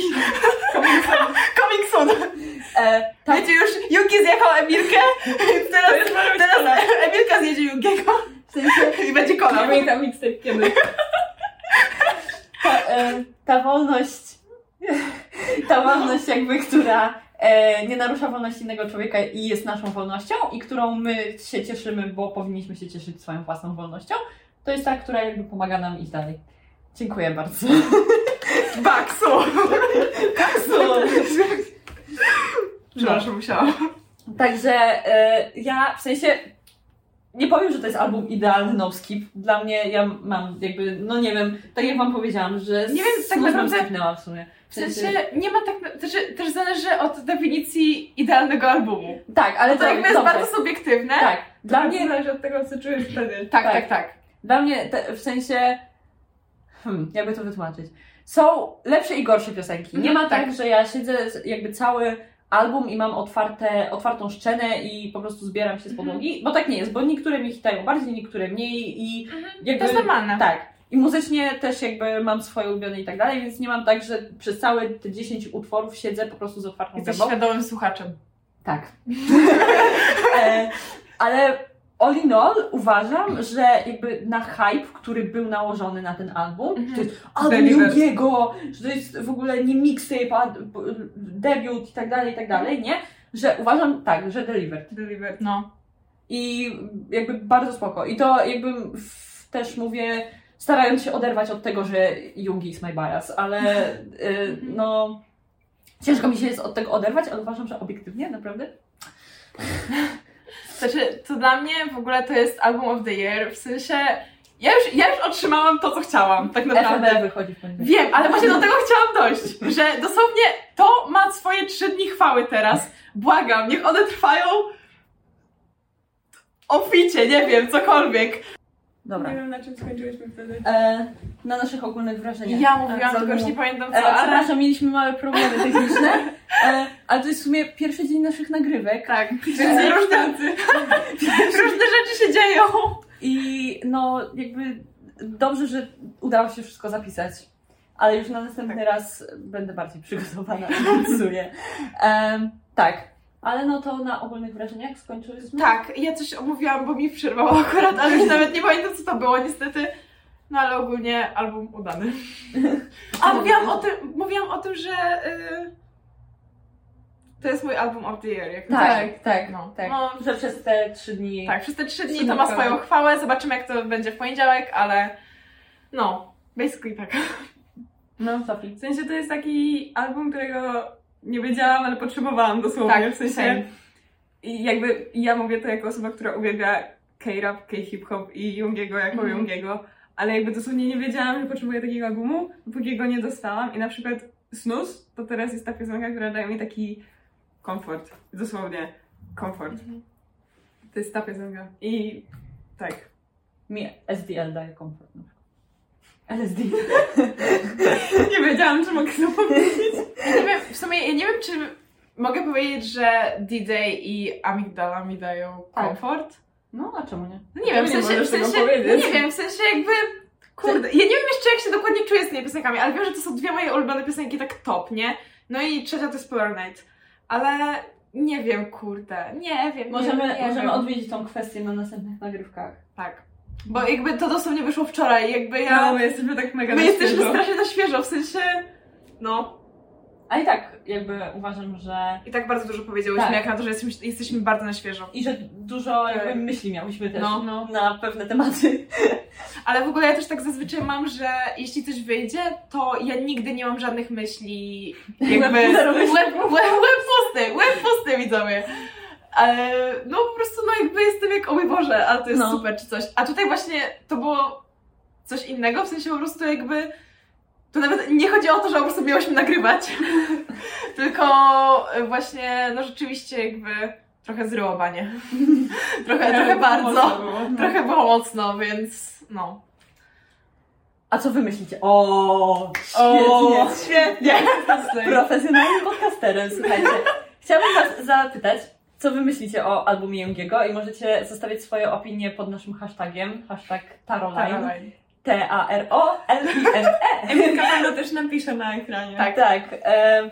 Coming soon. e, ta, Wiecie już, Yuki zjechał Emilkę, teraz, teraz Emilka zjedzie Yukiego w sensie i będzie kolor. Pamiętam mixtape kiedy. ta, e, ta wolność, ta wolność jakby, która e, nie narusza wolności innego człowieka i jest naszą wolnością i którą my się cieszymy, bo powinniśmy się cieszyć swoją własną wolnością, to jest ta, która jakby pomaga nam iść dalej. Dziękuję bardzo. Baksu. Baksu. Przepraszam, musiałam. Także e, ja w sensie nie powiem, że to jest album idealny no skip. Dla mnie ja mam jakby, no nie wiem, tak jak wam powiedziałam, że Nie wiem, tak snus bym naprawdę- skipnęła w sumie. W sensie nie ma tak, też, też zależy od definicji idealnego albumu. Tak, ale To to jakby jest dobrze. bardzo subiektywne. Tak, dla Dla mnie mnie zależy od tego, co czujesz wtedy. tak, Tak. tak. tak. Dla mnie te, w sensie, hmm, jakby to wytłumaczyć, są lepsze i gorsze piosenki. Nie ma tak, że ja siedzę z- jakby cały album i mam otwarte, otwartą szczenę i po prostu zbieram się z podłogi, bo tak nie jest, bo niektóre mi hitają bardziej, niektóre mniej i jakby... To jest normalne. Tak. I muzycznie też jakby mam swoje ulubione i tak dalej, więc nie mam tak, że przez całe te dziesięć utworów siedzę po prostu z otwartą Jesteś gębą. świadomym słuchaczem. Tak. e, ale all in all uważam, że jakby na hype, który był nałożony na ten album, Mhm. że to jest album Delivered. Yugiego, że to jest w ogóle nie mixtape, a debiut i tak dalej, i tak dalej, nie? Że uważam tak, że delivered. Delivered. No. I jakby bardzo spoko. I to jakby w, też mówię, starając się oderwać od tego, że Yugi is my bias, ale y, no ciężko mi się jest od tego oderwać, ale uważam, że obiektywnie, naprawdę. Znaczy, to dla mnie w ogóle to jest album of the year, w sensie ja już, ja już otrzymałam to, co chciałam, tak F M naprawdę. L wychodzi w poniedziałek. Wiem, ale właśnie do tego chciałam dojść, że dosłownie to ma swoje trzy dni chwały teraz. Błagam, niech one trwają obficie, nie wiem, cokolwiek. Dobra. Nie wiem, na czym skończyłyśmy wtedy. E, na naszych ogólnych wrażeniach. Ja mówiłam, E, tylko już nie zalubą. pamiętam co, E, ale... przepraszam, mieliśmy małe problemy techniczne, e, ale to jest w sumie pierwszy dzień naszych nagrywek. Tak, Wszyscy różne, różne rzeczy się dzieją. I no jakby dobrze, że udało się wszystko zapisać. Ale już na następny Tak. raz będę bardziej przygotowana, obiecuję. Um, tak, ale no to na ogólnych wrażeniach skończyłyśmy. Tak, ja coś omówiłam, bo mi przerwało akurat, ale już nawet nie pamiętam co to było niestety. No ale ogólnie album udany. A mówiłam o tym, mówiłam o tym, że y, to jest mój album of the year. Jak Tak, tak, tak, No. tak. No. Że przez te trzy dni... Tak, przez te trzy dni Trzy to ma dni swoją pełne. chwałę, zobaczymy jak to będzie w poniedziałek, ale no, basically tak. No, Sofii. W sensie to jest taki album, którego nie wiedziałam, ale potrzebowałam dosłownie. Tak, w sensie same. i jakby ja mówię to jako osoba, która uwielbia K-rap, K-hip-hop i Jungiego jako Mhm. Jungiego, ale jakby dosłownie nie wiedziałam, że potrzebuję takiego albumu, dopóki go nie dostałam i na przykład Snooze to teraz jest ta piosenka, która daje mi taki komfort, dosłownie komfort. Mhm. To jest ta piosenka i tak. Mi S D L daje komfort. No. L S D. Nie wiedziałam, czy mogę to powiedzieć. Ja nie wiem, w sumie ja nie wiem, czy mogę powiedzieć, że D-Day i Amygdala mi dają Tak. komfort. No, a czemu nie? No nie wiem, w Nie sensie, możesz w tego sensie powiedzieć. nie wiem, w sensie jakby, kurde, ja nie wiem jeszcze jak się dokładnie czuję z tymi piosenkami, ale wiem, że to są dwie moje ulubione piosenki tak top, nie? No i trzecia to jest Polar Night, ale nie wiem, kurde, nie wiem, Możemy, nie, nie możemy wiem. odwiedzić tą kwestię na następnych nagrywkach. Tak, bo jakby to dosłownie wyszło wczoraj, jakby ja, No, my jesteśmy tak mega my na jesteśmy świeżo. strasznie na świeżo, w sensie, no. A i tak jakby uważam, że... I tak bardzo dużo powiedziałyśmy, Tak. jak na to, że jesteśmy, jesteśmy bardzo na świeżo. I że dużo Tak. jakby myśli miałyśmy też No, no. na pewne tematy. Ale w ogóle ja też tak zazwyczaj mam, że jeśli coś wyjdzie, to ja nigdy nie mam żadnych myśli, jakby Zero łeb, myśli. łeb, łeb pusty, łeb pusty widzowie. Ale no po prostu no jakby jestem jak, o mój Boże, ale to jest No. super czy coś. A tutaj właśnie to było coś innego, w sensie po prostu jakby to nawet nie chodzi o to, że po prostu miałyśmy nagrywać, tylko właśnie no rzeczywiście jakby trochę zryłobanie. trochę, trochę bardzo. mocno było. Trochę było mocno, więc no. A co wy myślicie? O, O, świetnie! świetnie. Profesjonalnym podcasterem, słuchajcie. Chciałabym was zapytać, co wy myślicie o albumie Jungiego i możecie zostawić swoje opinie pod naszym hashtagiem, hashtag Taroline, T A R O L I N E. Emilka pewno też napisze na ekranie. Tak. Tak, em,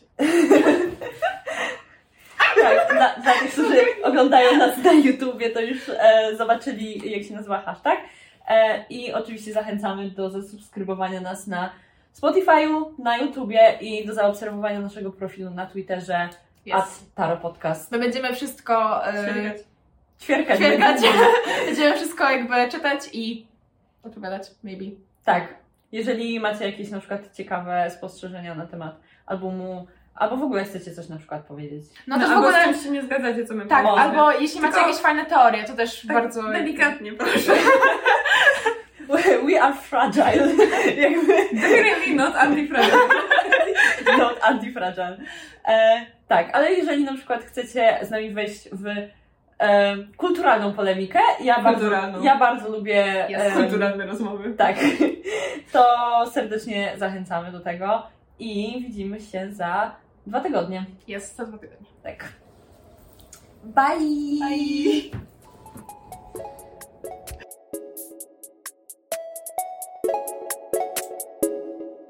tak, dla, dla tych, którzy oglądają nas na YouTubie, to już e, zobaczyli, jak się nazywa hashtag. E, I oczywiście zachęcamy do zasubskrybowania nas na Spotify'u, na YouTubie i do zaobserwowania naszego profilu na Twitterze at Yes. Taro Podcast. My będziemy wszystko Świergać. yy, Ćwierkać. ćwierkać. będziemy. Będziemy wszystko jakby czytać i odpowiadać, maybe. Tak. Jeżeli macie jakieś na przykład ciekawe spostrzeżenia na temat albumu, albo w ogóle chcecie coś na przykład powiedzieć. No, No, też w albo ogóle... z czymś się nie zgadzacie, co my Tak, powiemy. albo jeśli macie Tylko- jakieś fajne teorie, to też tak bardzo... delikatnie, proszę. We, we are fragile. Jakby Definitely not anti-fragile. not anti-fragile. E, tak, ale jeżeli na przykład chcecie z nami wejść w e, kulturalną polemikę, ja bardzo, Kulturalną. ja bardzo lubię... Jest Kulturalne rozmowy. Tak, to serdecznie zachęcamy do tego i widzimy się za dwa tygodnie. Jest za dwa tygodnie. Tak. Bye! Bye!